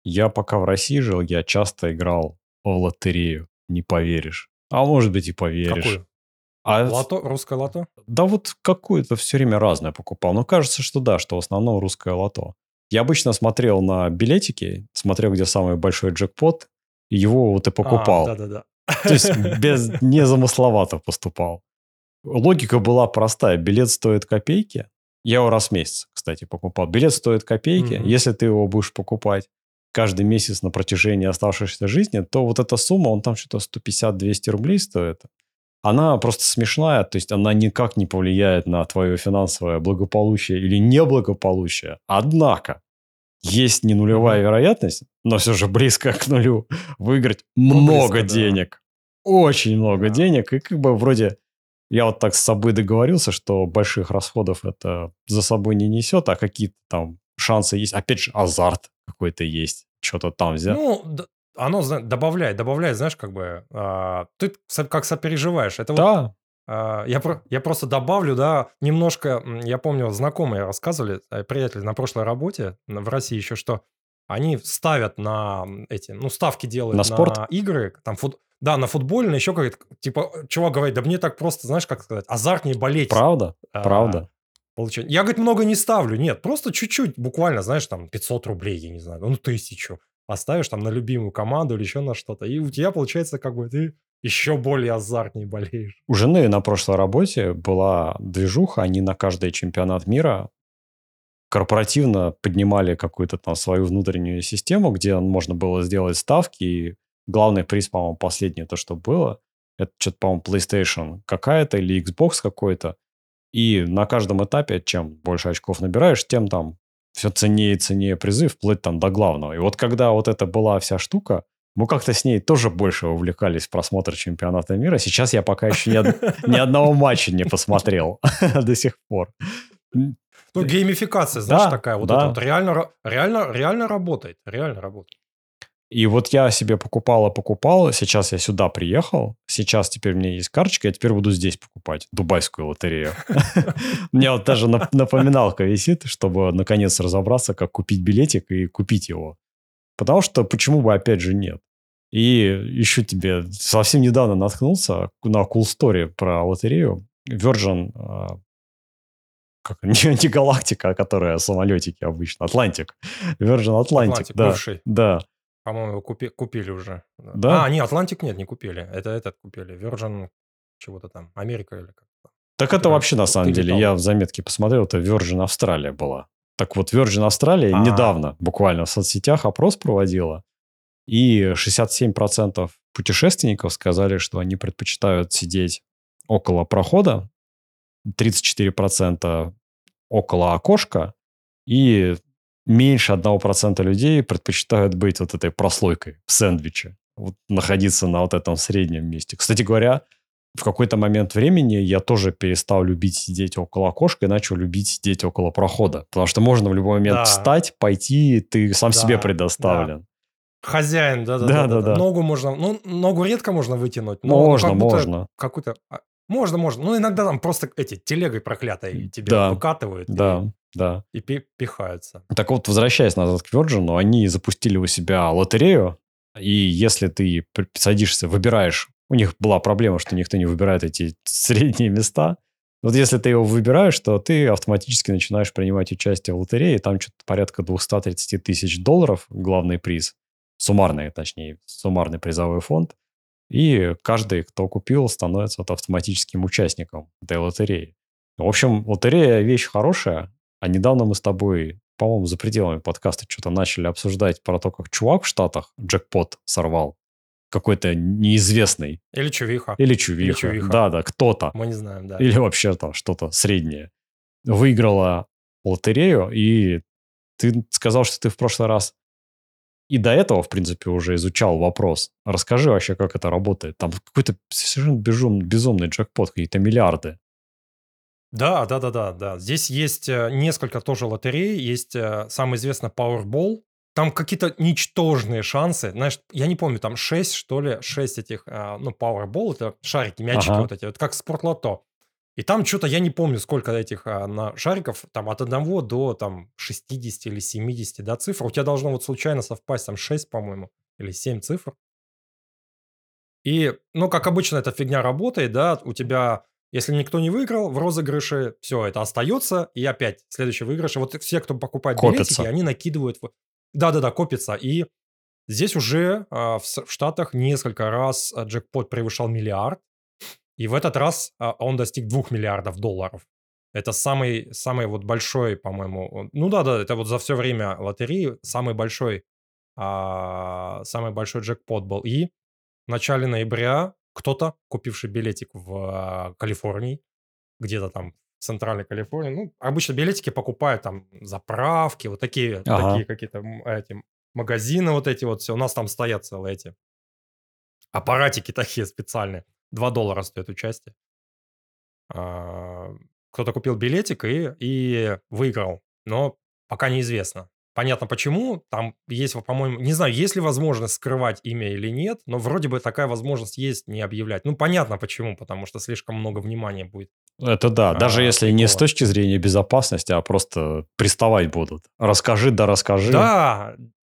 Я пока в России жил, я часто играл в лотерею, не поверишь. А может быть и поверишь. Какую? А Лото? Русское лото? да вот какую-то все время разное покупал. Но кажется, что да, что в основном русское лото. Я обычно смотрел на билетики, смотрел, где самый большой джекпот, и его вот и покупал. Да-да-да. То есть без незамысловато поступал. Логика была простая. Билет стоит копейки. Я его раз в месяц, кстати, покупал. Билет стоит копейки. Мгм. Если ты его будешь покупать каждый месяц на протяжении оставшейся жизни, то вот эта сумма, он там что-то 150-200 рублей стоит. Она просто смешная, то есть она никак не повлияет на твое финансовое благополучие или неблагополучие. Однако, есть не нулевая Мгм. вероятность, но все же близкая к нулю, выиграть Ну, много близко, да. денег. Очень много Да. денег. И как бы вроде я вот так с собой договорился, что больших расходов это за собой не несет, а какие-то там шансы есть. Опять же, азарт какой-то есть. Что-то там взять. Ну, оно добавляет, знаешь, как бы, ты как сопереживаешь. Это вот Да, я просто добавлю, да, немножко, я помню, знакомые рассказывали, приятели на прошлой работе в России еще, что они ставят на эти, ну, ставки на делают спорт. на игры, там, да, на футбольные, еще как типа, чувак говорит, да мне так просто, знаешь, как сказать, азартнее болеть. Правда, а, правда. Я, говорит, много не ставлю, нет, просто чуть-чуть, буквально, знаешь, там, 500 рублей, я не знаю, ну, 1000 поставишь там на любимую команду или еще на что-то, и у тебя, получается, как бы ты еще более азартнее болеешь. У жены на прошлой работе была движуха, они на каждый чемпионат мира корпоративно поднимали какую-то там свою внутреннюю систему, где можно было сделать ставки, и главный приз, по-моему, последнее то, что было, это что-то, по-моему, PlayStation какая-то или Xbox какой-то, и на каждом этапе, чем больше очков набираешь, тем там все ценнее и ценнее призы, вплоть там до главного. И вот когда вот это была вся штука, мы как-то с ней тоже больше увлекались в просмотр чемпионата мира. Сейчас я пока еще ни одного матча не посмотрел до сих пор. Ну, геймификация, знаешь, Да, такая вот это вот да. реально, реально работает, реально работает. И вот я себе покупал. Сейчас я сюда приехал. Сейчас теперь у меня есть карточка. Я теперь буду здесь покупать дубайскую лотерею. У меня вот даже напоминалка висит, чтобы наконец разобраться, как купить билетик и купить его. Потому что почему бы опять же нет? И еще тебе совсем недавно наткнулся на cool story про лотерею. Virgin, как, не галактика, а которая самолетики обычно, Атлантик. Virgin Atlantic, Атлантик, да, бывший, да, по-моему, его купили уже. Да. да. Не, Атлантик нет, не купили. Это этот купили. Virgin чего-то там. Америка или как-то. Так это Который вообще, на ты самом деле, летал. я в заметке посмотрел, это Virgin Австралия была. Так вот, Virgin Австралия А, недавно буквально в соцсетях опрос проводила, и 67% путешественников сказали, что они предпочитают сидеть около прохода, 34% около окошка, и меньше 1% людей предпочитают быть вот этой прослойкой в сэндвиче, вот находиться на вот этом среднем месте. Кстати говоря, в какой-то момент времени я тоже перестал любить сидеть около окошка и начал любить сидеть около прохода. Потому что можно в любой момент да, встать, пойти, ты сам себе да, да. предоставлен. Хозяин, да-да-да-да-да. Да-да-да. Ногу можно, ну, ногу редко можно вытянуть, но ну Можно, как будто можно. какую-то... можно. Ну, иногда там просто эти телегой проклятой тебе Да, выкатывают да, да. и пихаются. Так вот, возвращаясь назад к Virgin, они запустили у себя лотерею, и если ты садишься, выбираешь, у них была проблема, что никто не выбирает эти средние места. Вот если ты его выбираешь, то ты автоматически начинаешь принимать участие в лотерее, там что-то порядка 230 тысяч долларов, главный приз, суммарный, точнее, суммарный призовой фонд, и каждый, кто купил, становится вот автоматическим участником этой лотереи. В общем, лотерея вещь хорошая, а недавно мы с тобой, по-моему, за пределами подкаста что-то начали обсуждать про то, как чувак в Штатах джекпот сорвал. Какой-то неизвестный. Или чувиха. Или Или чувиха. чувиха. Да-да, кто-то. Мы не знаем, да. Или вообще там что-то среднее. Выиграла лотерею, и ты сказал, что ты в прошлый раз и до этого, в принципе, уже изучал вопрос. Расскажи вообще, как это работает. Там какой-то совершенно безумный джекпот, какие-то миллиарды. Да, да-да-да, да. Здесь есть несколько тоже лотерей. Есть самый известный Powerball. Там какие-то ничтожные шансы. Знаешь, я не помню, там 6, что ли, 6 этих, ну, Powerball, это шарики, мячики Ага. вот эти, вот как спортлото. И там что-то, я не помню, сколько этих шариков, там от 1 до там 60 или 70, да, цифр. У тебя должно вот случайно совпасть там 6, по-моему, или 7 цифр. И, ну, как обычно, эта фигня работает, да, у тебя, если никто не выиграл в розыгрыше, все, это остается, и опять следующий выигрыш. И вот все, кто покупает билетики, Копится. они накидывают... Да-да-да, копится. И здесь уже в Штатах несколько раз джекпот превышал миллиард, и в этот раз он достиг 2 миллиардов долларов. Это самый вот большой, по-моему... Ну да-да, это вот за все время лотереи самый большой джекпот был. И в начале ноября кто-то, купивший билетик в Калифорнии, где-то там в центральной Калифорнии, ну, обычно билетики покупают там заправки, вот такие Ага. какие-то эти магазины вот эти вот все. У нас там стоят целые эти аппаратики такие специальные. $2 стоит участие. А, Кто-то купил билетик и выиграл, но пока неизвестно. Понятно почему. Там есть, по-моему, не знаю, есть ли возможность скрывать имя или нет, но вроде бы такая возможность есть, не объявлять. Ну, понятно почему, потому что слишком много внимания будет Это да. Даже если не с приковано. точки зрения безопасности, а просто приставать будут. Расскажи, да расскажи. Да,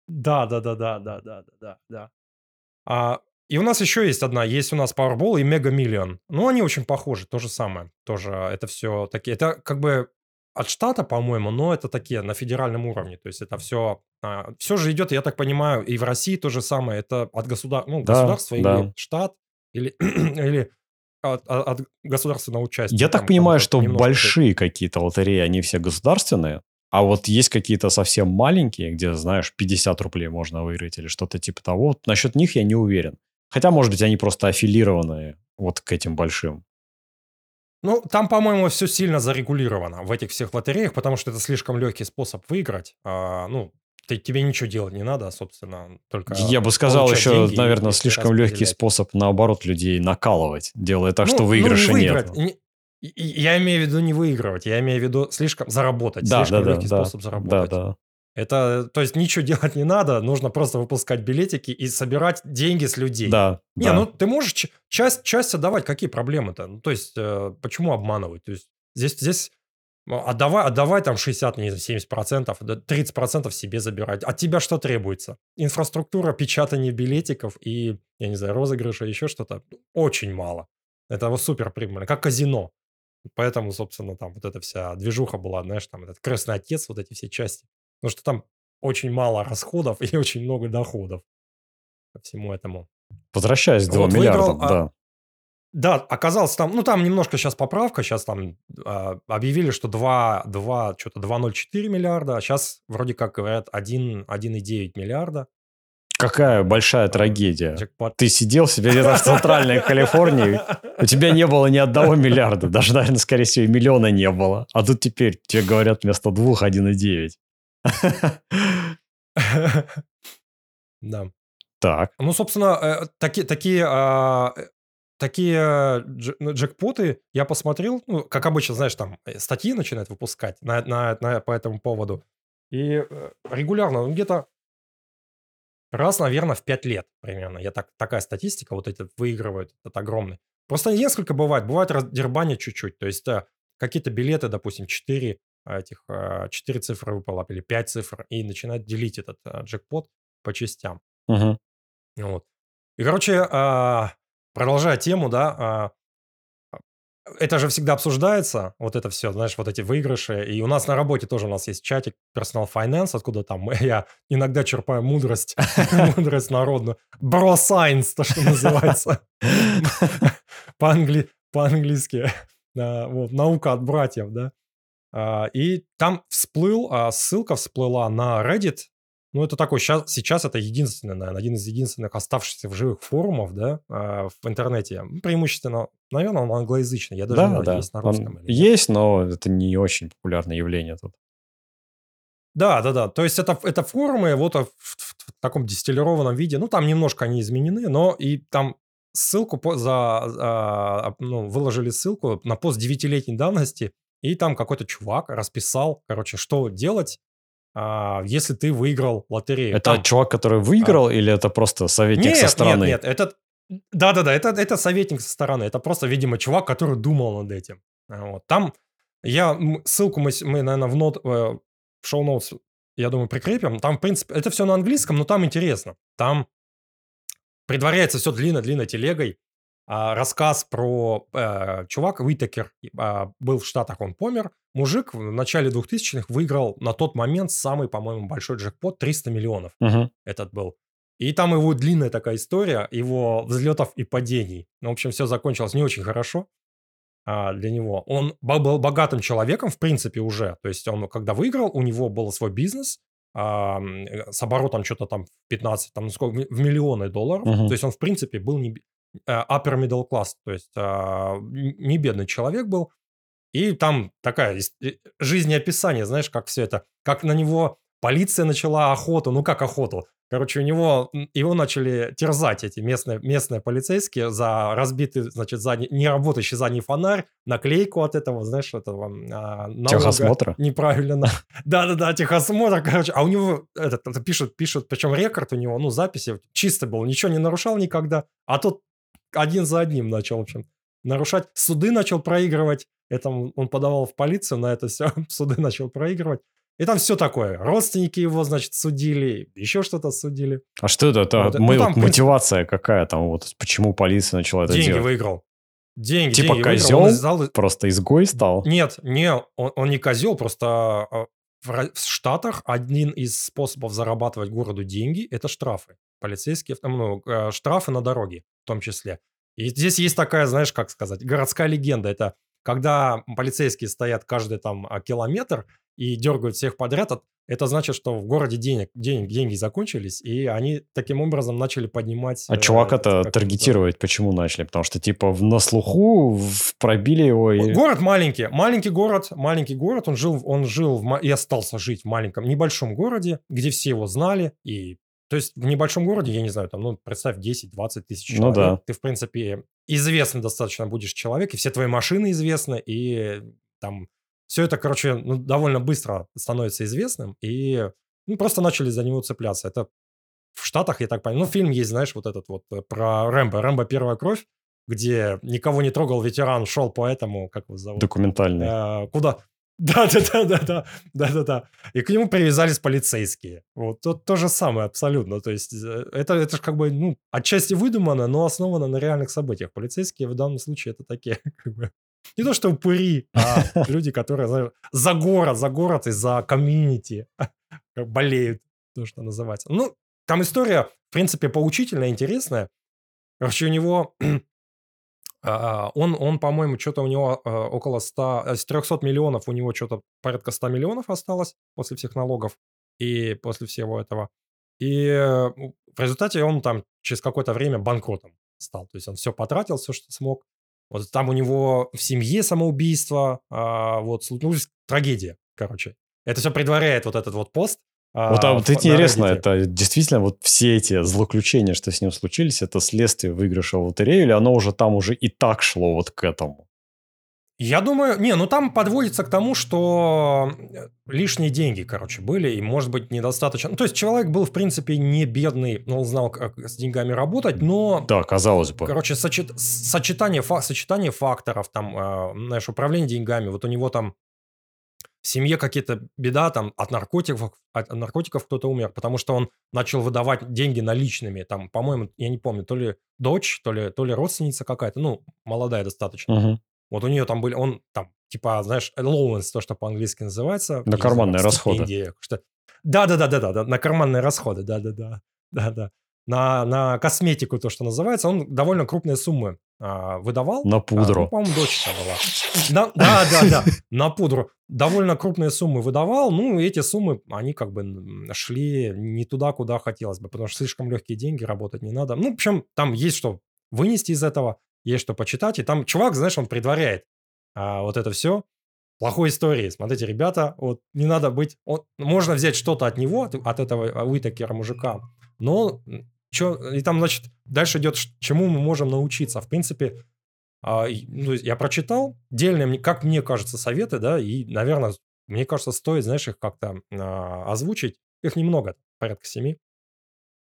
да. И у нас еще есть есть у нас Powerball и Mega Million. Ну, они очень похожи, то же самое. Тоже это все такие, это как бы от штата, по-моему, но это такие на федеральном уровне. То есть это все же идет, я так понимаю, и в России то же самое. Это от Да, государства или да. штат, или, или от государственного участия. Я так Там понимаю, вот что немножко... большие какие-то лотереи, они все государственные, а вот есть какие-то совсем маленькие, где, знаешь, 50 рублей можно выиграть или что-то типа того. Вот насчет них я не уверен. Хотя, может быть, они просто аффилированы вот к этим большим. Ну, там, по-моему, все сильно зарегулировано в этих всех лотереях, потому что это слишком легкий способ выиграть. Ну, тебе ничего делать не надо, собственно, только Я бы сказал, получать еще, деньги наверное, и слишком легкий распределять. способ, наоборот, людей накалывать, делая так, что Ну, не выигрыша выиграть. нету. Я имею в виду не выигрывать, я имею в виду слишком заработать, Да, да, слишком да, легкий да, способ да, заработать. да. Это, то есть ничего делать не надо, нужно просто выпускать билетики и собирать деньги с людей. Да, Не, ну да. ты можешь часть отдавать, какие проблемы-то? Ну, то есть, почему обманывать? То есть здесь отдавай там 60, не знаю, 70%, да 30% себе забирать. От тебя что требуется? Инфраструктура, печатание билетиков и, я не знаю, розыгрыша, еще что-то. Очень мало. Это вот супер прибыльно, как казино. Поэтому, собственно, там вот эта вся движуха была, знаешь, там этот «Крестный отец», вот эти все части. Потому что там очень мало расходов и очень много доходов ко всему этому. Возвращаясь к 2 Вот выиграл, миллиардам, да. да, оказалось там, ну там немножко сейчас поправка, сейчас там объявили, что 2,04 миллиарда, а сейчас вроде как говорят 1,9 миллиарда. Какая большая трагедия. Джекпот. Ты сидел себе где-то в центральной Калифорнии, у тебя не было ни 1 миллиарда, даже, наверное, скорее всего, и миллиона не было. А тут теперь тебе говорят вместо 2 1,9. Да. Так. Ну, собственно, такие джекпоты я посмотрел, ну, как обычно, знаешь, там статьи начинают выпускать по этому поводу. И регулярно, ну, где-то раз, наверное, в 5 лет примерно. Такая статистика, вот эти выигрывают, это огромный. Просто несколько бывает. Бывает раздербанить чуть-чуть. То есть какие-то билеты, допустим, 4 цифры выпало, или 5 цифр, и начинают делить этот джекпот по частям. Мгм. Вот. И, короче, продолжая тему, да, это же всегда обсуждается, вот это все, знаешь, вот эти выигрыши. И у нас на работе тоже у нас есть чатик Personal Finance, откуда там я иногда черпаю мудрость, мудрость народную. Bro Science, то, что называется. По-английски. Вот, наука от братьев, да. И там ссылка всплыла на Reddit. Ну, это такой, сейчас это единственный, наверное, один из единственных оставшихся в живых форумов, да, в интернете. Преимущественно, наверное, он англоязычный. Я даже не Да, знаю, да. есть на русском Он или нет. есть, но это не очень популярное явление тут. Да. То есть это форумы вот в таком дистиллированном виде. Ну, там немножко они изменены, но и там ссылку выложили ссылку на пост 9-летней давности, и там какой-то чувак расписал, короче, что делать, если ты выиграл лотерею. Это Там, чувак, который а, выиграл, или это просто советник со нет, стороны? это... Да, это советник со стороны. Это просто, видимо, чувак, который думал над этим. Вот. Там ссылку мы, наверное, в шоу-ноутс, я думаю, прикрепим. Там, в принципе, это все на английском, но там интересно. Там предваряется все длинно-длинно телегой. Рассказ про чувак, Уитакер, был в Штатах, он помер. Мужик в начале 2000-х выиграл на тот момент самый, по-моему, большой джекпот, 300 миллионов Мгм. этот был. И там его длинная такая история, его взлетов и падений. Ну, в общем, все закончилось не очень хорошо для него. Он был богатым человеком, в принципе, уже. То есть он, когда выиграл, у него был свой бизнес с оборотом что-то там 15, там, сколько, в миллионы долларов. Мгм. То есть он, в принципе, был не upper middle class, то есть не бедный человек был. И там такая жизнеописание, знаешь, как все это, как на него полиция начала охоту, ну как охоту, короче, его начали терзать эти местные полицейские за разбитый, значит, неработающий задний фонарь, наклейку от этого, знаешь, этого налога Техосмотра? неправильно. Да-да-да, техосмотр, короче. А у него это пишут, причем рекорд у него, ну, записи чисто был, ничего не нарушал никогда, а тут один за одним начал, в общем, нарушать. Суды начал проигрывать. Это он подавал в полицию на это все. Суды начал проигрывать. И там все такое. Родственники его, значит, судили. Еще что-то судили. А что это? Вот. Ну, Вот там, в принципе, мотивация какая там? Вот почему полиция начала это деньги делать? выиграл. Деньги Типа выиграл. Он козел? Просто изгой стал? Нет, он не козел, просто в Штатах один из способов зарабатывать городу деньги – это штрафы. Полицейские, штрафы на дороге в том числе. И здесь есть такая, знаешь, как сказать, городская легенда. Это когда полицейские стоят каждый там километр и дергают всех подряд, это значит, что в городе деньги закончились, и они таким образом начали поднимать, А чувак как это это называется. таргетировать почему начали? Потому что типа на слуху пробили его и... Город маленький, маленький город, он жил и остался жить в маленьком, небольшом городе, где все его знали, и, то есть в небольшом городе, я не знаю, там, ну, представь, 10-20 тысяч Ну человек, да. ты, в принципе, известный достаточно будешь человек, и все твои машины известны, и там все это, короче, ну, довольно быстро становится известным, и ну, просто начали за него цепляться. Это в Штатах, я так понимаю. Ну, фильм есть, знаешь, вот этот вот про Рэмбо «Первая кровь», где никого не трогал ветеран, шел по этому, как его зовут, Документальный. куда? Да-да-да-да-да, да-да-да. И к нему привязались полицейские. Вот то же самое абсолютно. То есть это же как бы, ну, отчасти выдумано, но основано на реальных событиях. Полицейские в данном случае это такие, как бы, не то что упыри, а люди, которые, знаешь, за город и за комьюнити болеют, то, что называется. Ну, там история, в принципе, поучительная, интересная. Короче, у него он, по-моему, что-то у него около 100, с 300 миллионов у него что-то порядка 100 миллионов осталось после всех налогов и после всего этого. И в результате он там через какое-то время банкротом стал. То есть он все потратил, все, что смог. Вот там у него в семье самоубийство, ну, трагедия, короче. Это все предваряет вот этот вот пост Вот, вот на интересно, Reddit. это действительно вот все эти злоключения, что с ним случились, это следствие выигрыша в лотерею, или оно уже там уже и так шло вот к этому? Я думаю, ну там подводится к тому, что лишние деньги, короче, были, и, может быть, недостаточно. Ну, то есть человек был, в принципе, не бедный, но он знал, как с деньгами работать, но, Да, казалось бы. короче, сочетание факторов, там, знаешь, управление деньгами, вот у него там в семье какие-то беда, там, от наркотиков кто-то умер, потому что он начал выдавать деньги наличными, там, по-моему, я не помню, то ли дочь, то ли родственница какая-то, ну, молодая достаточно. Мгм. Вот у нее там были, он там, типа, знаешь, allowance, то, что по-английски называется, На я не знаю, как карманные расходы. стипендия, что... Да-да-да-да-да, на карманные расходы, да-да-да, да-да. На косметику, то, что называется, он довольно крупные суммы выдавал. На Ну, пудру. по-моему, дочка была. Да-да-да, на пудру. Довольно крупные суммы выдавал, ну, и эти суммы, они как бы шли не туда, куда хотелось бы, потому что слишком легкие деньги, работать не надо. Ну, в общем, там есть что вынести из этого, есть что почитать, и там чувак, знаешь, он предваряет вот это все плохой историей. Смотрите, ребята, вот не надо быть... можно взять что-то от него, от этого Уитакера мужика, но и там, значит, дальше идет, чему мы можем научиться. В принципе, ну, я прочитал дельные, как мне кажется, советы, да, и, наверное, мне кажется, стоит, знаешь, их как-то озвучить. Их немного, порядка 7.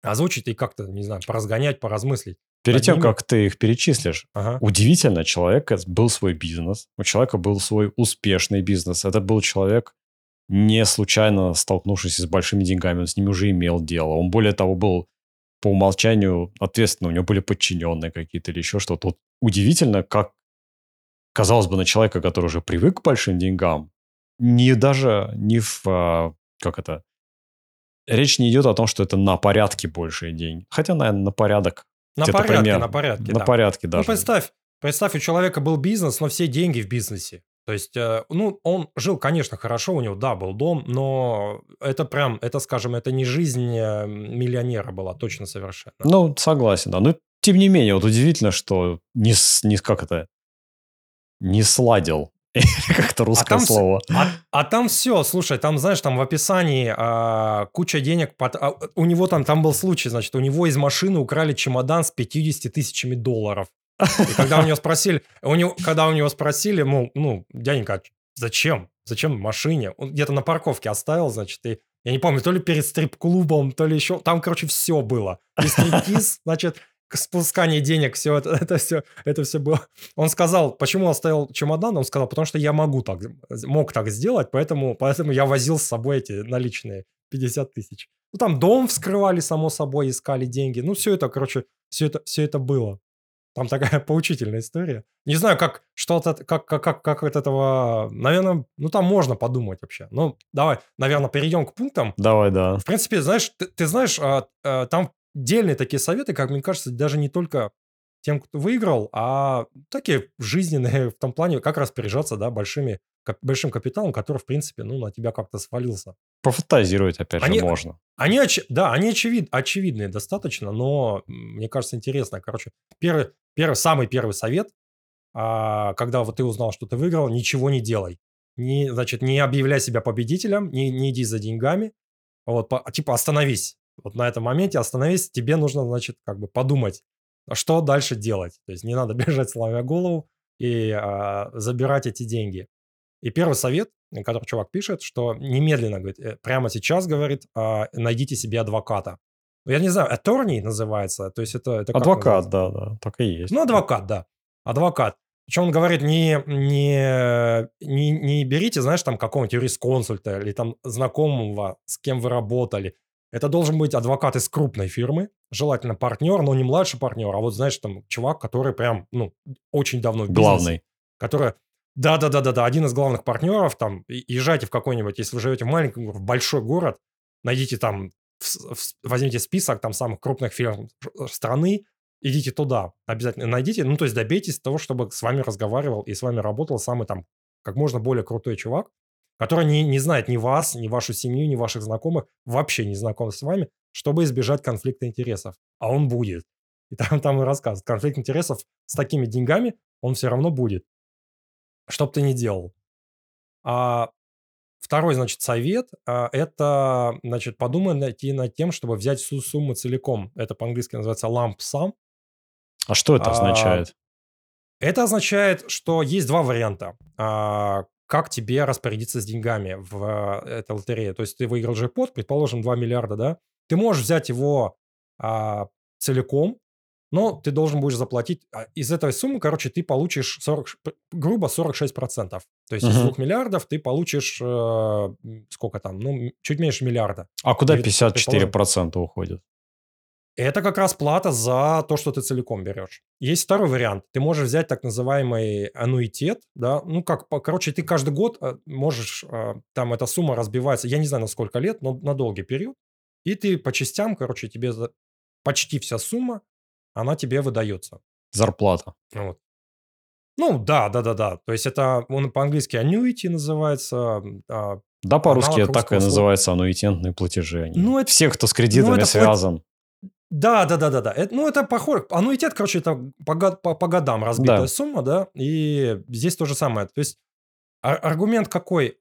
озвучить и как-то, не знаю, поразгонять, поразмыслить Перед над тем, ними. как ты их перечислишь, Ага. удивительно, человека был свой бизнес, у человека был свой успешный бизнес. Это был человек, не случайно столкнувшийся с большими деньгами, он с ними уже имел дело. Он, более того, был по умолчанию ответственный, у него были подчиненные какие-то или еще что-то. Вот удивительно, как, казалось бы, на человека, который уже привык к большим деньгам, не даже не в, как это, речь не идет о том, что это на порядке большие деньги. Хотя, наверное, на порядок, где-то пример, На порядке, на да. порядке Ну, даже. представь, у человека был бизнес, но все деньги в бизнесе. То есть, ну, он жил, конечно, хорошо, у него, да, был дом, но это прям, это, скажем, это не жизнь миллионера была, точно совершенно. Ну, согласен, да. Но, тем не менее, вот удивительно, что как это, не сладил. Как-то А русское там, слово. там все, слушай, там, знаешь, там в описании куча денег, у него там был случай, значит, у него из машины украли чемодан с 50 тысячами долларов. И когда у него спросили, мол, ну, дяденька, а зачем? Зачем в машине? Он где-то на парковке оставил, значит, и я не помню, то ли перед стрип-клубом, то ли еще. Там, короче, все было. И стриптиз, значит, спускание денег, все это все было. Он сказал, почему оставил чемодан? Он сказал, потому что я мог так сделать, поэтому я возил с собой эти наличные 50 тысяч. Ну, там дом вскрывали, само собой, искали деньги. Ну, все это, короче, все это было. Там такая поучительная история. Не знаю, как от этого... Наверное, ну там можно подумать вообще. Ну, давай, наверное, перейдем к пунктам. Давай, да. В принципе, знаешь, ты знаешь, там дельные такие советы, как мне кажется, даже не только тем, кто выиграл, а такие жизненные в том плане, как распоряжаться, да, большим капиталом, который, в принципе, ну, на тебя как-то свалился. Пофантазировать, опять же, Они, можно. да, они очевидные достаточно, но мне кажется, интересно. Короче, самый первый совет, когда вот ты узнал, что ты выиграл, ничего не делай. Значит, не объявляй себя победителем, не иди за деньгами. Вот, типа остановись. Вот на этом моменте остановись. Тебе нужно, значит, как бы подумать, что дальше делать. То есть не надо бежать, сломя голову, и забирать эти деньги. И первый совет, который чувак пишет, что немедленно, говорит, прямо сейчас, говорит, найдите себе адвоката. Ну, я не знаю, attorney называется, то есть это как Адвокат, называется? да, так и есть. Ну, адвокат, да, адвокат. Причем он говорит, не берите, знаешь, там какого-нибудь юрисконсульта или там знакомого, с кем вы работали. Это должен быть адвокат из крупной фирмы, желательно партнер, но не младший партнер, а вот, знаешь, там чувак, который прям, ну, очень давно в бизнесе, Главный. который... Да, один из главных партнеров, там, езжайте в какой-нибудь, если вы живете в маленьком, в большой город, найдите там, возьмите список там самых крупных фирм страны, идите туда, обязательно найдите, ну, то есть добейтесь того, чтобы с вами разговаривал и с вами работал самый там, как можно более крутой чувак, который не знает ни вас, ни вашу семью, ни ваших знакомых, вообще не знаком с вами, чтобы избежать конфликта интересов. А он будет. И там и рассказывает, конфликт интересов с такими деньгами, он все равно будет. Что бы ты ни делал. А второй, значит, совет, это, значит, подумай над тем, чтобы взять всю сумму целиком. Это по-английски называется lump sum. А что это А, означает? Это означает, что есть два варианта, как тебе распорядиться с деньгами в этой лотерее. То есть ты выиграл джекпот, предположим, 2 миллиарда, да? Ты можешь взять его целиком, но ты должен будешь заплатить из этой суммы, короче, ты получишь грубо 46%. То есть из 2 Мгм. миллиардов ты получишь сколько там? Ну, чуть меньше миллиарда. А куда Предположим. 54% уходит? Это как раз плата за то, что ты целиком берешь. Есть второй вариант. Ты можешь взять так называемый аннуитет, да, ну, короче, ты каждый год можешь, там эта сумма разбивается, я не знаю, на сколько лет, но на долгий период, и ты по частям, короче, тебе почти вся сумма, она тебе выдается. Зарплата. Вот. Ну, да. То есть это, он по-английски annuity называется, Да, по-русски аналог так и русского слова. называются аннуитетные платежи. Они. Ну, Все, кто с ну, кредитами это связан. Да. Ну, это похоже. Аннуитет, короче, это по годам разбитая Да. сумма, да, и здесь то же самое. То есть аргумент какой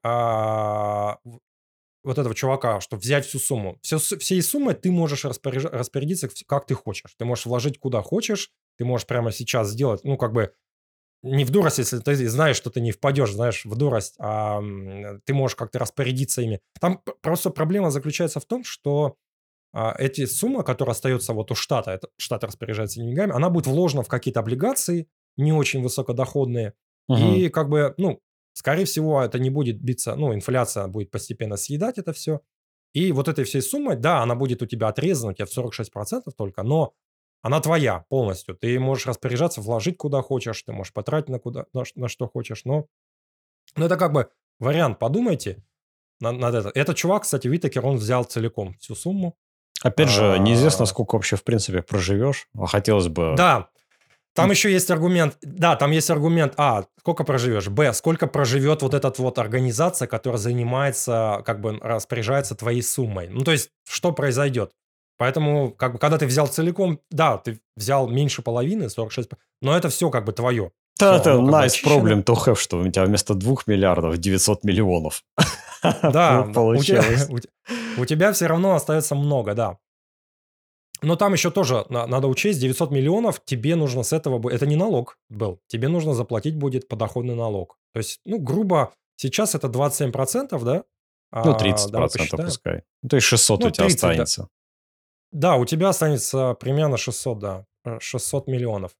вот этого чувака, что взять всю сумму? Всей суммой ты можешь распорядиться как ты хочешь. Ты можешь вложить куда хочешь, ты можешь прямо сейчас сделать, ну, как бы, не в дурость, если ты знаешь, что ты не впадешь, знаешь, в дурость, ты можешь как-то распорядиться ими. Там просто проблема заключается в том, что эти суммы, которая остается вот у штата, это штат распоряжается деньгами, она будет вложена в какие-то облигации, не очень высокодоходные, Мгм. и как бы, ну, скорее всего, это не будет биться, ну, инфляция будет постепенно съедать это все, и вот этой всей суммой, да, она будет у тебя отрезана, у тебя в 46% только, но она твоя полностью. Ты можешь распоряжаться, вложить куда хочешь, ты можешь потратить на что хочешь, но ну, это как бы вариант, подумайте над это. Этот чувак, кстати, Витакер, он взял целиком всю сумму. Опять же, неизвестно, А, сколько вообще, в принципе, проживешь. А хотелось бы... Да, там м, еще есть аргумент. Да, там есть аргумент. Сколько проживешь? Б, сколько проживет вот эта вот организация, которая занимается, как бы распоряжается твоей суммой. Ну, то есть, что произойдет? Поэтому, как бы, когда ты взял целиком, да, ты взял меньше половины, 46, но это все как бы твое. Да, Все, это оно как бы nice очищено. problem to have, что у тебя вместо 2 миллиардов 900 миллионов Да, да, получилось. у тебя все равно остается много, да. Но там еще тоже надо учесть, 900 миллионов тебе нужно с этого... Это не налог был. Тебе нужно заплатить будет подоходный налог. То есть, ну, грубо, сейчас это 27%, да? Ну, Давай 30% посчитаем. пускай. Ну, то есть 600 у Ну, тебя 30, да. останется. Да, у тебя останется примерно 600, да. 600 миллионов.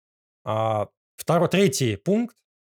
Третий пункт,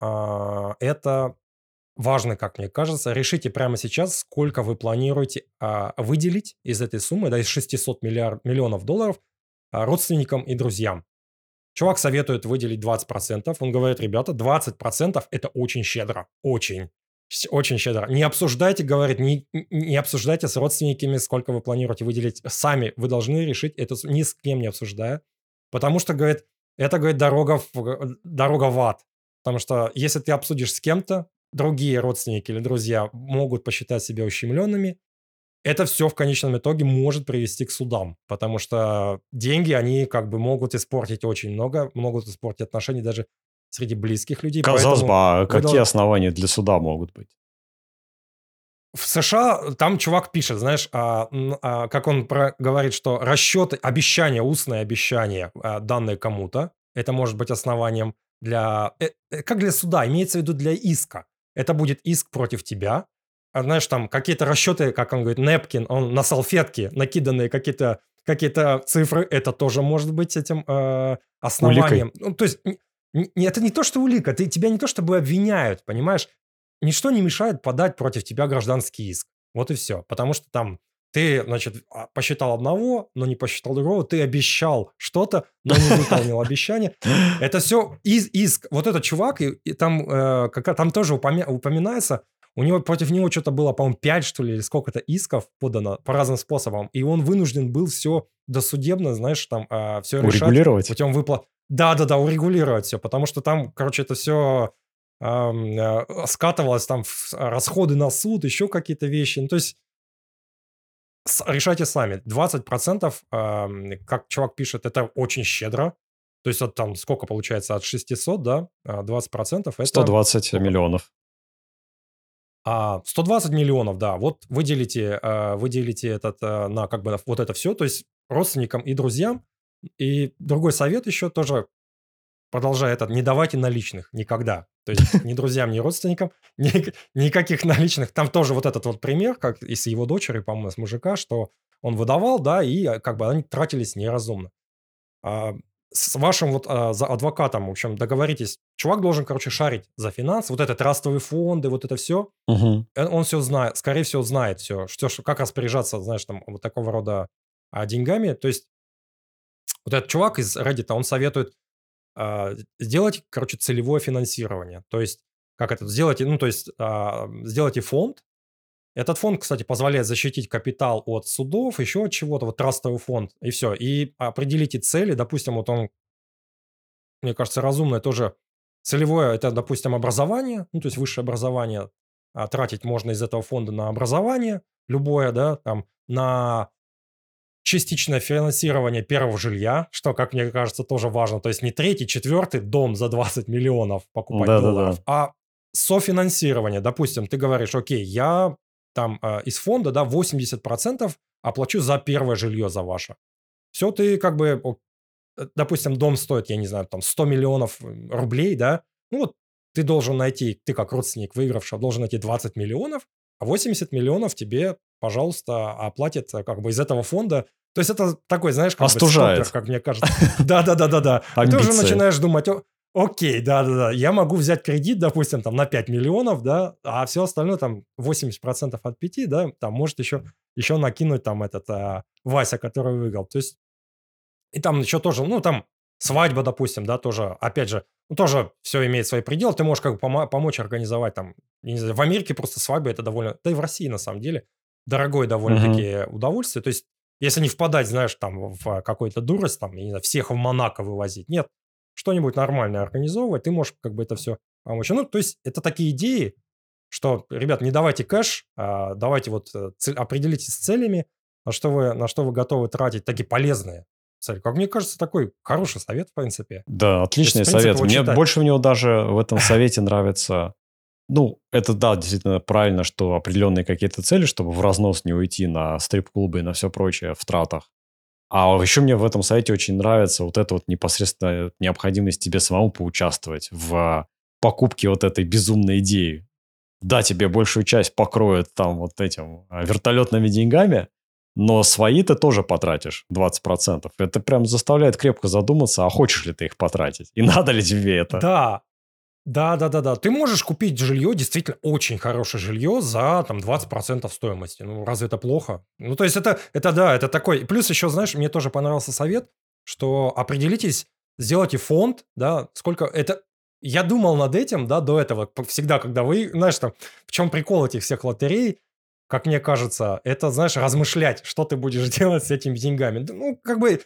это важно, как мне кажется. Решите прямо сейчас, сколько вы планируете выделить из этой суммы, да, из 600 миллионов долларов родственникам и друзьям. Чувак советует выделить 20%. Он говорит, ребята, 20% это очень щедро. Очень. Очень щедро. Не обсуждайте, говорит, не обсуждайте с родственниками, сколько вы планируете выделить. Сами вы должны решить это ни с кем не обсуждая. Потому что, говорит, это, говорит, дорога в ад. Потому что если ты обсудишь с кем-то, другие родственники или друзья могут посчитать себя ущемленными, это все в конечном итоге может привести к судам, потому что деньги, они как бы могут испортить очень много, могут испортить отношения даже среди близких людей, Казалось бы, поэтому а вы какие должны... основания для суда могут быть? В США там чувак пишет, знаешь, как он говорит, что расчеты, обещания, устные обещания, данные кому-то, это может быть основанием для... как для суда, имеется в виду для иска. Это будет иск против тебя. Знаешь, там какие-то расчеты, как он говорит, Непкин, он на салфетке накиданные какие-то цифры, это тоже может быть этим Уликой? основанием. Ну, то есть это не то, что улика, тебя не то чтобы обвиняют, понимаешь? Ничто не мешает подать против тебя гражданский иск. Вот и все. Потому что там ты, значит, посчитал одного, но не посчитал другого, ты обещал что-то, но не выполнил обещание. Это все иск. Вот этот чувак, и там, там тоже упоминается, у него против него что-то было, по-моему, 5, что ли, или сколько-то исков подано по разным способам, и он вынужден был все досудебно, знаешь, там все решать Урегулировать? путем выплат. Да-да-да, урегулировать все, потому что там, короче, это все скатывалось там в расходы на суд, еще какие-то вещи. Ну, то есть решайте сами. 20%, как чувак пишет, это очень щедро. То есть вот там сколько получается от 600, да, 20% это 120 сколько? миллионов. 120 миллионов, да. Вот выделите этот на как бы вот это все, то есть родственникам и друзьям. И другой совет еще тоже, продолжая этот, не давайте наличных никогда. То есть ни друзьям, ни родственникам, никаких наличных. Там тоже вот этот вот пример, как и с его дочерью, по-моему, с мужика, что он выдавал, да, и как бы они тратились неразумно. А, с вашим вот за адвокатом, в общем, договоритесь. Чувак должен, короче, шарить за финансы, вот это трастовые фонды, вот это все. Мгм. Он все знает, скорее всего, знает все, что, как распоряжаться, знаешь, там, вот такого рода деньгами. То есть вот этот чувак из Reddit, он советует сделать, короче, целевое финансирование. То есть, как это, сделайте, ну, то есть, сделайте фонд. Этот фонд, кстати, позволяет защитить капитал от судов, еще от чего-то, вот трастовый фонд, и все. И определите цели, допустим, вот он, мне кажется, разумное тоже целевое, это, допустим, образование, ну, то есть высшее образование, тратить можно из этого фонда на образование, любое, да, там, на частичное финансирование первого жилья, что, как мне кажется, тоже важно. То есть не третий, четвертый дом за 20 миллионов покупать Да-да-да. долларов, а софинансирование. Допустим, ты говоришь, окей, я там из фонда, да, 80% оплачу за первое жилье за ваше. Все, ты как бы, допустим, дом стоит, я не знаю, там 100 миллионов рублей, да, ну вот ты должен найти, ты как родственник выигравшего, должен найти 20 миллионов, а 80 миллионов тебе пожалуйста, оплатит как бы из этого фонда. То есть это такой, знаешь, как бы Остужает. стопер, как мне кажется. Да-да-да-да-да. И ты уже Амбиции. начинаешь думать, окей, да-да-да, я могу взять кредит, допустим, там на 5 миллионов, да, а все остальное там 80% от 5, да, там может еще накинуть там Вася, который выиграл. То есть и там еще тоже, ну, там свадьба, допустим, да, тоже, опять же, ну, тоже все имеет свои пределы. Ты можешь как бы помочь организовать там, я не знаю, в Америке просто свадьба это довольно, да и в России на самом деле, дорогое Мгм. довольно-таки удовольствие. То есть если не впадать, знаешь, там в какую-то дурость, там, я не знаю, всех в Монако вывозить. Нет, что-нибудь нормальное организовывать, ты можешь как бы это все помочь. Ну, то есть это такие идеи, что, ребят, не давайте кэш, давайте вот определитесь с целями, на что вы готовы тратить, такие полезные цели. Как мне кажется, такой хороший совет, в принципе. Да, То есть, в отличный принципе, совет. вот Мне считать. больше в него даже в этом совете нравится. Ну, это да, действительно правильно, что определенные какие-то цели, чтобы в разнос не уйти на стрип-клубы и на все прочее в тратах. А еще мне в этом совете очень нравится вот эта вот непосредственно необходимость тебе самому поучаствовать в покупке вот этой безумной идеи. Да, тебе большую часть покроют там вот этим вертолетными деньгами, но свои ты тоже потратишь 20%. Это прям заставляет крепко задуматься, а хочешь ли ты их потратить? И надо ли тебе это? Да, да. Ты можешь купить жилье, действительно очень хорошее жилье за там 20% стоимости. Ну, разве это плохо? Ну, то есть это да, это такой. Плюс еще, знаешь, мне тоже понравился совет, что определитесь, сделайте фонд, да, сколько это... Я думал над этим, да, до этого, всегда, когда вы, знаешь, там, в чем прикол этих всех лотерей, как мне кажется, это, знаешь, размышлять, что ты будешь делать с этими деньгами. Да, ну, как бы,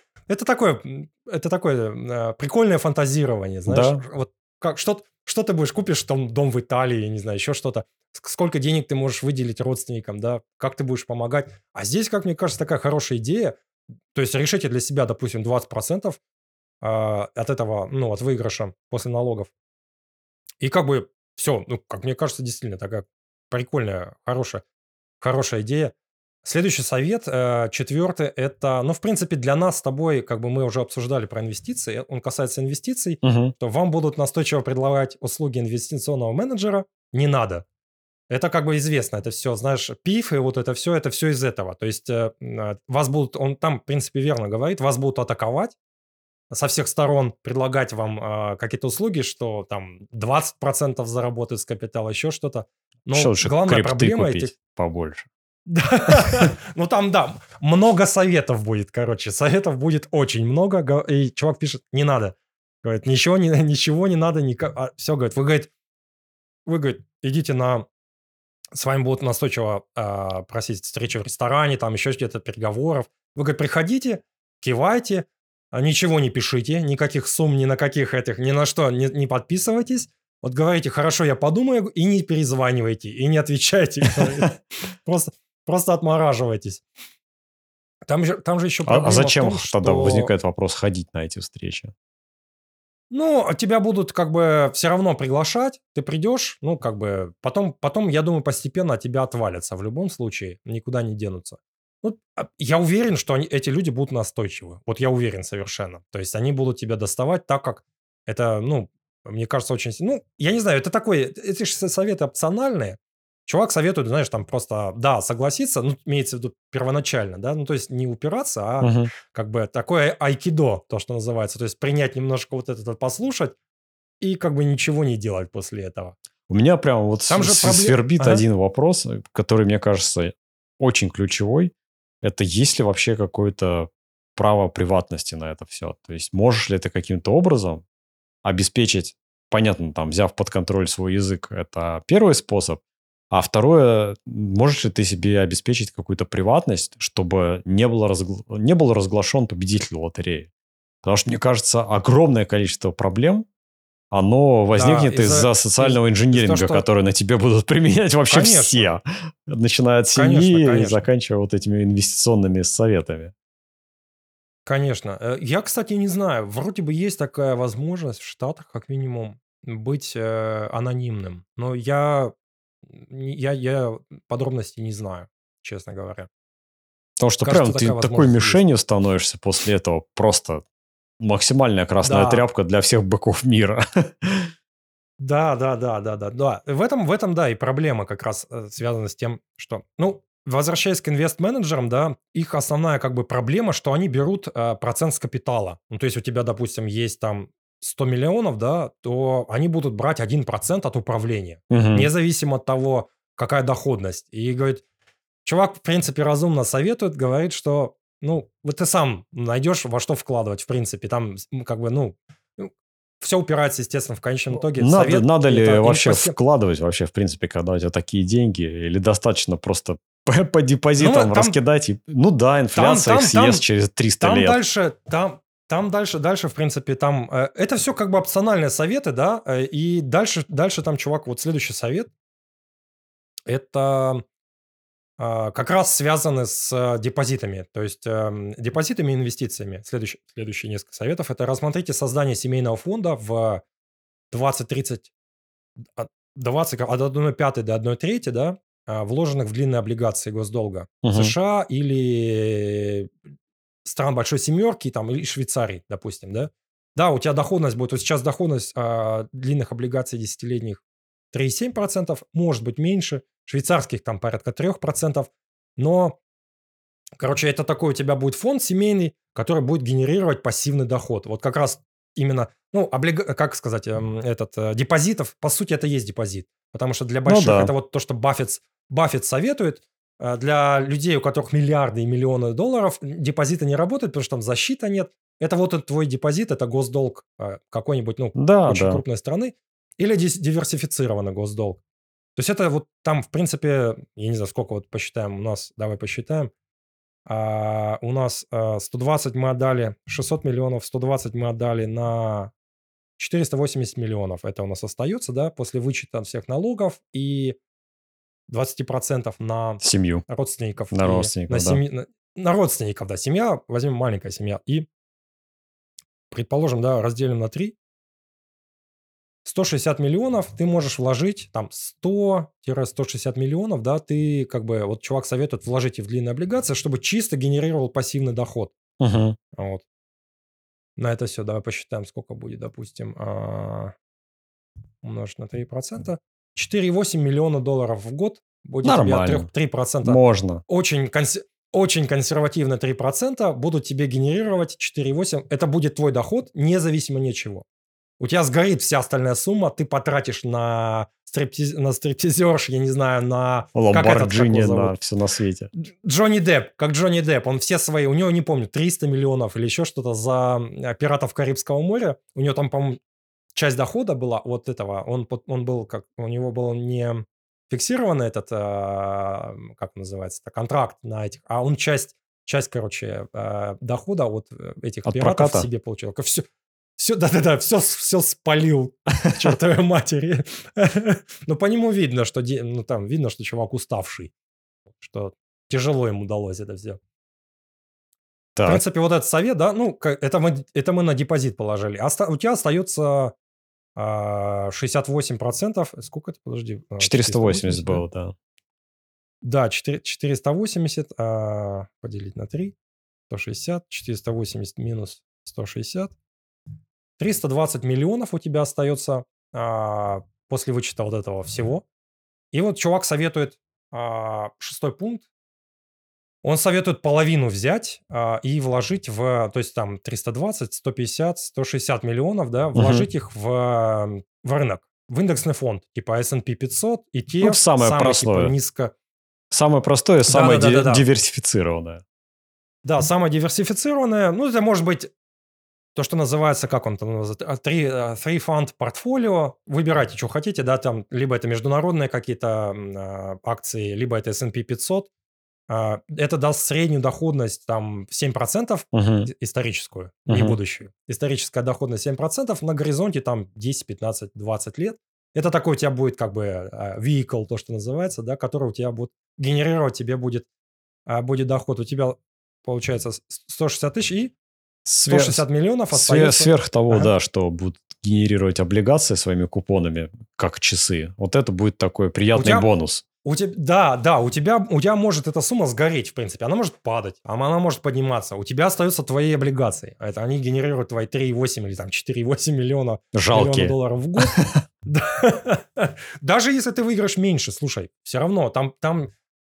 это такое прикольное фантазирование, знаешь, Да, вот как, что ты будешь, купишь там дом в Италии, я не знаю, еще что-то, сколько денег ты можешь выделить родственникам, да, как ты будешь помогать. А здесь, как мне кажется, такая хорошая идея, то есть решите для себя, допустим, 20% от этого, ну, от выигрыша после налогов. И как бы все, ну, как мне кажется, действительно такая прикольная, хорошая идея. Следующий совет, четвертый, это, ну, в принципе, для нас с тобой, как бы мы уже обсуждали про инвестиции, он касается инвестиций, мгм. то вам будут настойчиво предлагать услуги инвестиционного менеджера, не надо. Это как бы известно, это все, знаешь, ПИФ и вот это все из этого. То есть вас будут, он там, в принципе, верно говорит, вас будут атаковать со всех сторон, предлагать вам какие-то услуги, что там 20% заработают с капитала, еще что-то. Еще Но лучше главная крипты проблема этих... купить побольше. Да, ну там, да, много советов будет, короче. Советов будет очень много. И чувак пишет, не надо. Говорит, ничего не надо. Все, говорит, вы, говорит, идите с вами будут настойчиво просить встречи в ресторане, там еще где-то переговоров. Вы, говорит, приходите, кивайте, ничего не пишите, никаких сумм, ни на каких ни на что не подписывайтесь. Вот говорите, хорошо, я подумаю, и не перезванивайте, и не отвечайте. Говорит. Просто, просто отмораживайтесь. Там же еще А проблема в зачем том, тогда что, возникает вопрос ходить на эти встречи? ну, тебя будут как бы все равно приглашать, ты придешь, ну, как бы, потом, я думаю, постепенно от тебя отвалятся в любом случае, никуда не денутся. Ну, я уверен, что эти люди будут настойчивы. Вот я уверен совершенно. То есть они будут тебя доставать так, как это, ну, мне кажется, очень... Ну, я не знаю, это такое... Эти же советы опциональные. Чувак советует, знаешь, там просто, да, согласиться, ну, имеется в виду первоначально, да, ну, то есть не упираться, а Мгм. как бы такое айкидо, то, что называется. То есть принять немножко вот это, послушать и как бы ничего не делать после этого. У меня прям вот Там же проблема... свербит Ага. один вопрос, который, мне кажется, очень ключевой. Это есть ли вообще какое-то право приватности на это все? То есть можешь ли ты каким-то образом обеспечить, понятно, там, взяв под контроль свой язык, это первый способ, а второе, можешь ли ты себе обеспечить какую-то приватность, чтобы не был разглашен победитель лотереи? Потому что, мне кажется, огромное количество проблем, оно Да, возникнет из-за социального из-за того, инжиниринга, что... который на тебе будут применять вообще Конечно, все, начиная от конечно, семьи и конечно. заканчивая вот этими инвестиционными советами. Конечно. Я, кстати, не знаю, вроде бы есть такая возможность в Штатах, как минимум, быть анонимным. Но я подробностей не знаю, честно говоря. Потому что прям Кажется, ты такая такой возможность есть. мишенью становишься после этого, просто максимальная красная Да, тряпка для всех быков мира. да. В этом, да, и проблема как раз связана с тем, что, ну, возвращаясь к инвест-менеджерам, да, их основная как бы проблема, что они берут процент с капитала. Ну, то есть у тебя, допустим, есть там 100 миллионов, да, то они будут брать 1% от управления, Мгм. независимо от того, какая доходность. И говорит, чувак, в принципе, разумно советует, говорит, что, ну, вот ты сам найдешь, во что вкладывать, в принципе. Там, как бы, ну, все упирается, естественно, в конечном итоге. Совет Надо ли это вообще инфосем- вкладывать вообще, в принципе, когда у тебя такие деньги? Или достаточно просто по депозитам Ну, раскидать? Ну да, инфляция их съест через 300 там лет. дальше, в принципе, там... это все как бы опциональные советы, да, и дальше там, чувак, вот следующий совет, это как раз связаны с депозитами, то есть депозитами и инвестициями. Следующие несколько советов – это рассмотрите создание семейного фонда в 20-30, от 20, от 1,5 до 1,3, да, вложенных в длинные облигации госдолга Мгм. США или стран Большой Семерки, там, или Швейцарии, допустим, да. Да, у тебя доходность будет, вот сейчас доходность длинных облигаций десятилетних 3,7%, может быть меньше, швейцарских там порядка 3%, но, короче, это такой у тебя будет фонд семейный, который будет генерировать пассивный доход. Вот как раз именно, ну, как сказать, депозитов, по сути, это есть депозит, потому что для Ну больших да. это вот то, что Баффет советует. Для людей, у которых миллиарды и миллионы долларов, депозиты не работают, потому что там защиты нет. Это вот твой депозит, это госдолг какой-нибудь, ну, Да, очень да. крупной страны, или диверсифицированный госдолг. То есть это вот там, в принципе, я не знаю, сколько вот посчитаем у нас, давай посчитаем. У нас 120 мы отдали, 600 миллионов, 120 мы отдали на 480 миллионов. Это у нас остается, да, после вычета всех налогов и 20% на Семью. родственников На и родственников, да. на родственников, да, семья, возьмем маленькая семья, и, предположим, да, разделим на 3, 160 миллионов ты можешь вложить, там, 100-160 миллионов, да, ты, как бы, вот чувак советует вложить и в длинные облигации, чтобы чисто генерировал пассивный доход. Мгм. Вот. На это все, давай посчитаем, сколько будет, допустим, умножить на 3%. 4,8 миллиона долларов в год будет тебе от Нормально. 3%. Можно. Очень консервативно 3% будут тебе генерировать 4,8. Это будет твой доход, независимо ни от чего. У тебя сгорит вся остальная сумма, ты потратишь на стриптизерш, я не знаю, на... Как Ламборджини его зовут? на все на свете. Джонни Депп, как Джонни Депп, он все свои, у него, не помню, 300 миллионов или еще что-то за «Пиратов Карибского моря». У него там, по-моему, часть дохода была от этого. Он был как... У него был не фиксированный этот, как называется, контракт на этих, а он часть, короче, дохода от этих От пиратов проката? себе получил. Все, да-да-да, все спалил к чертовой матери. Но по нему видно, что, ну, там видно, что чувак уставший, что тяжело ему удалось это все. В Так, принципе, вот этот совет, да, ну, это мы на депозит положили. У тебя остается 68%. Сколько это, подожди? 480 да? было, да. Да, 480 поделить на 3, 160, 480 минус 160. 320 миллионов у тебя остается после вычета вот этого всего. И вот чувак советует, 6-й пункт, он советует половину взять и вложить в, то есть там 320, 150, 160 миллионов, да, вложить их в рынок, в индексный фонд, типа S&P 500, ETF, Ну, самое самый типа простое. низко... Самое простое, самое Да-да-да-да-да. диверсифицированное. Да, самое диверсифицированное. Ну, это может быть то, что называется, как он там называется, three fund портфолио. Выбирайте, что хотите, да, там, либо это международные какие-то акции, либо это S&P 500. Это даст среднюю доходность там 7% Мгм. историческую, не Мгм. будущую. Историческая доходность 7% на горизонте там 10, 15, 20 лет. Это такой у тебя будет как бы vehicle, то, что называется, да, который у тебя будет генерировать, тебе будет доход. У тебя получается 160 тысяч и 160 миллионов остается. Сверх того, Ага. да, что будут генерировать облигации своими купонами, как часы. Вот это будет такой приятный бонус. У тебя может эта сумма сгореть, в принципе. Она может падать, она может подниматься. У тебя остаются твои облигации. Это они генерируют твои 3,8 или там 4,8 миллиона Жалкие. долларов в год. Да. Даже если ты выиграешь меньше, слушай, все равно там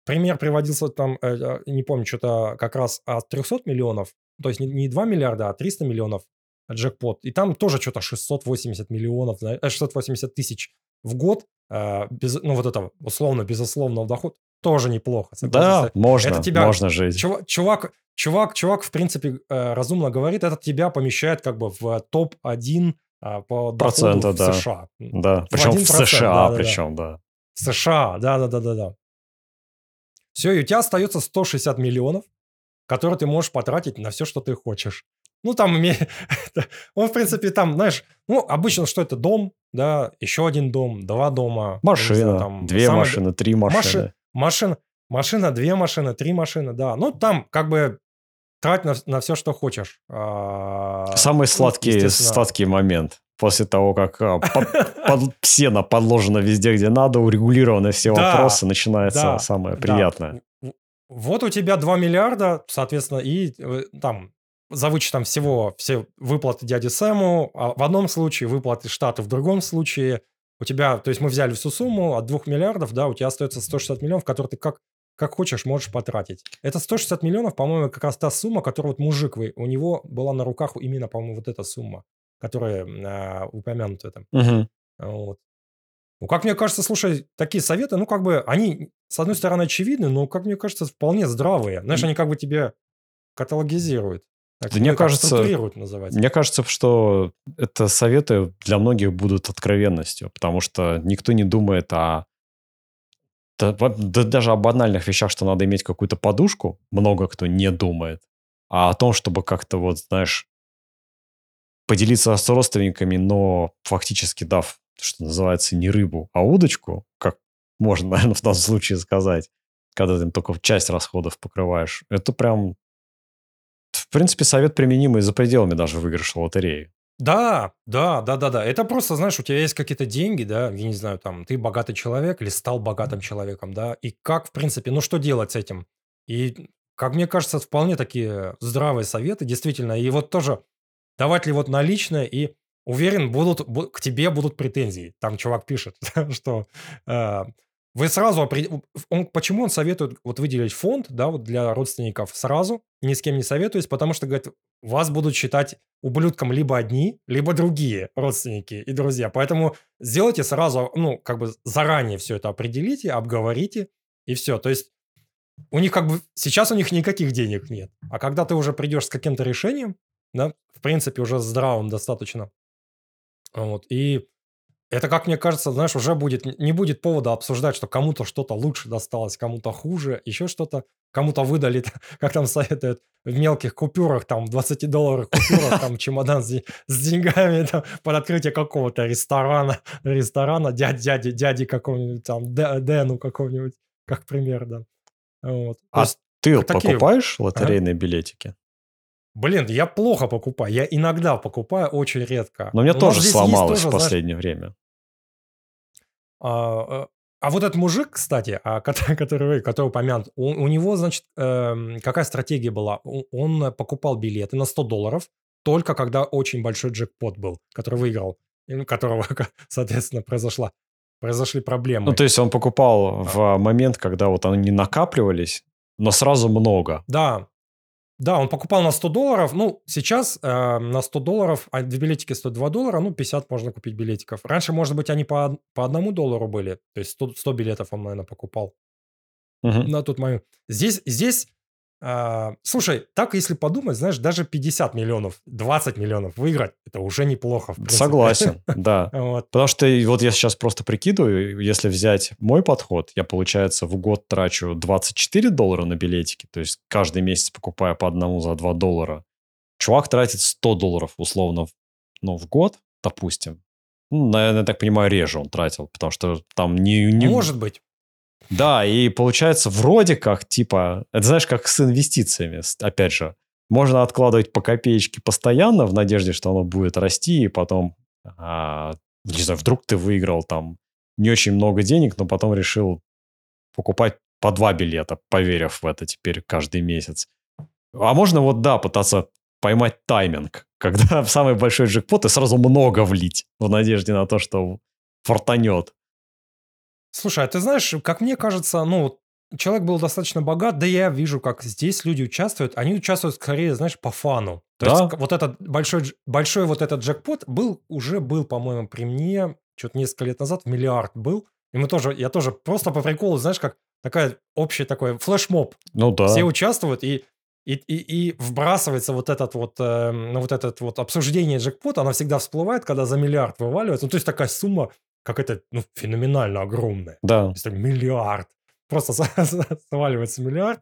пример приводился там, не помню, что-то как раз от 300 миллионов, то есть не 2 миллиарда, а 300 миллионов джекпот. И там тоже что-то 680 миллионов, 680 тысяч в год, ну вот это условно безусловного дохода, тоже неплохо, Да, согласись. Это можно, тебя, можно жить. чувак, в принципе, разумно говорит, это тебя помещает как бы в топ-1 по доходу Процента, в да. США. Да, В причем в 1%, США, да-да-да. причем, да. В США, да-да-да-да-да. Все, и у тебя остается 160 миллионов, которые ты можешь потратить на все, что ты хочешь. Ну, там, он, в принципе, там, знаешь, ну, обычно, что это дом, да, еще один дом, 2 дома, я не знаю, Машина, там, 2 машины, 3 машины. машина, 2 машины, 3 машины, да. Ну, там, как бы, трать на все, что хочешь. Самый Ну, естественно. сладкий момент. После того, как сено подложено везде, где надо, урегулированы все Да, вопросы, начинается самое да. приятное. Вот у тебя 2 миллиарда, соответственно, и там за вычетом всего все выплаты дяде Сэму, в одном случае, выплаты штату в другом случае. У тебя, то есть мы взяли всю сумму от 2 миллиардов, да, у тебя остается 160 миллионов, которые ты как хочешь можешь потратить. Это 160 миллионов, по-моему, как раз та сумма, которую вот мужик, у него была на руках именно, по-моему, вот эта сумма, которая упомянута там. Мгм. Вот. Ну, как мне кажется, слушай, такие советы, ну, как бы, они, с одной стороны, очевидны, но, как мне кажется, вполне здравые. Знаешь, они как бы тебе каталогизируют. Так, Да, ну, и как структурируют, называется. мне кажется, что это советы для многих будут откровенностью, потому что никто не думает даже о банальных вещах, что надо иметь какую-то подушку, много кто не думает, а о том, чтобы как-то вот, знаешь, поделиться с родственниками, но фактически дав, что называется, не рыбу, а удочку, как можно, наверное, в данном случае сказать, когда ты только часть расходов покрываешь. Это прям, в принципе, совет применимый за пределами даже выигрыша лотереи. Да, да, да, да, да. Это просто, знаешь, у тебя есть какие-то деньги, да, я не знаю, там, ты богатый человек или стал богатым человеком, да, и как, в принципе, ну, что делать с этим? И, как мне кажется, вполне такие здравые советы, действительно. И вот тоже давать ли вот наличные, и уверен, к тебе будут претензии. Там чувак пишет, что вы сразу... Почему он советует вот выделить фонд, да, вот для родственников сразу, ни с кем не советуясь, потому что, говорит, вас будут считать ублюдком либо одни, либо другие родственники и друзья. Поэтому сделайте сразу, ну, как бы заранее все это определите, обговорите, и все. То есть у них как бы... Сейчас у них никаких денег нет. А когда ты уже придешь с каким-то решением, да, в принципе, уже здравым достаточно. Вот. И это, как мне кажется, знаешь, уже не будет повода обсуждать, что кому-то что-то лучше досталось, кому-то хуже, еще что-то. Кому-то выдали, как там советуют, в мелких купюрах, там, 20-долларовых купюрах, там, чемодан с деньгами, там, под открытие какого-то ресторана дяди какого-нибудь, там, Дэну какого-нибудь, как пример, да. Вот. То А есть, ты такие... покупаешь Ага. лотерейные билетики? Блин, я плохо покупаю. Я иногда покупаю, очень редко. Но у меня У нас тоже здесь есть сломалось в тоже, знаешь, последнее время. вот этот мужик, кстати, который упомянут, у него, значит, какая стратегия была? Он покупал билеты на $100 только когда очень большой джекпот был, который выиграл, и у которого, соответственно, произошли Ну, проблемы. то есть он покупал в момент, когда вот они накапливались, но сразу много. Да, да, он покупал на $100. Ну, сейчас на $100, а билетики стоят $2, ну, 50 можно купить билетиков. Раньше, может быть, они по $1 были. То есть 100 билетов он, наверное, покупал Мгм. на тот момент. Здесь, слушай, так если подумать, знаешь, даже 50 миллионов, 20 миллионов выиграть, это уже неплохо, в принципе. Согласен, да. Вот. Потому что вот я сейчас просто прикидываю, если взять мой подход, я, получается, в год трачу $24 на билетики, то есть каждый месяц покупаю по одному за $2. Чувак тратит $100 условно, ну, в год, допустим. Ну, наверное, я так понимаю, реже он тратил, потому что там не... Может быть. Да, и получается вроде как, типа, это знаешь, как с инвестициями, опять же. Можно откладывать по копеечке постоянно в надежде, что оно будет расти, и потом, не знаю, вдруг ты выиграл там не очень много денег, но потом решил покупать по 2 билета, поверив в это теперь каждый месяц. А можно вот, да, пытаться поймать тайминг, когда в самый большой джекпот и сразу много влить в надежде на то, что фартанет. Слушай, а ты знаешь, как мне кажется, ну, человек был достаточно богат, да я вижу, как здесь люди участвуют. Они участвуют скорее, знаешь, по фану. То есть Да, вот этот большой вот этот джекпот уже был, по-моему, при мне, что-то несколько лет назад, миллиард был. И я тоже просто по приколу, знаешь, как такая общая такой флешмоб. ну Все да. участвуют, и вбрасывается вот этот вот обсуждение джекпота, она всегда всплывает, когда за миллиард вываливается. Ну, то есть такая сумма, как это, ну, феноменально огромная. То Да. есть так, миллиард. Просто сваливается миллиард.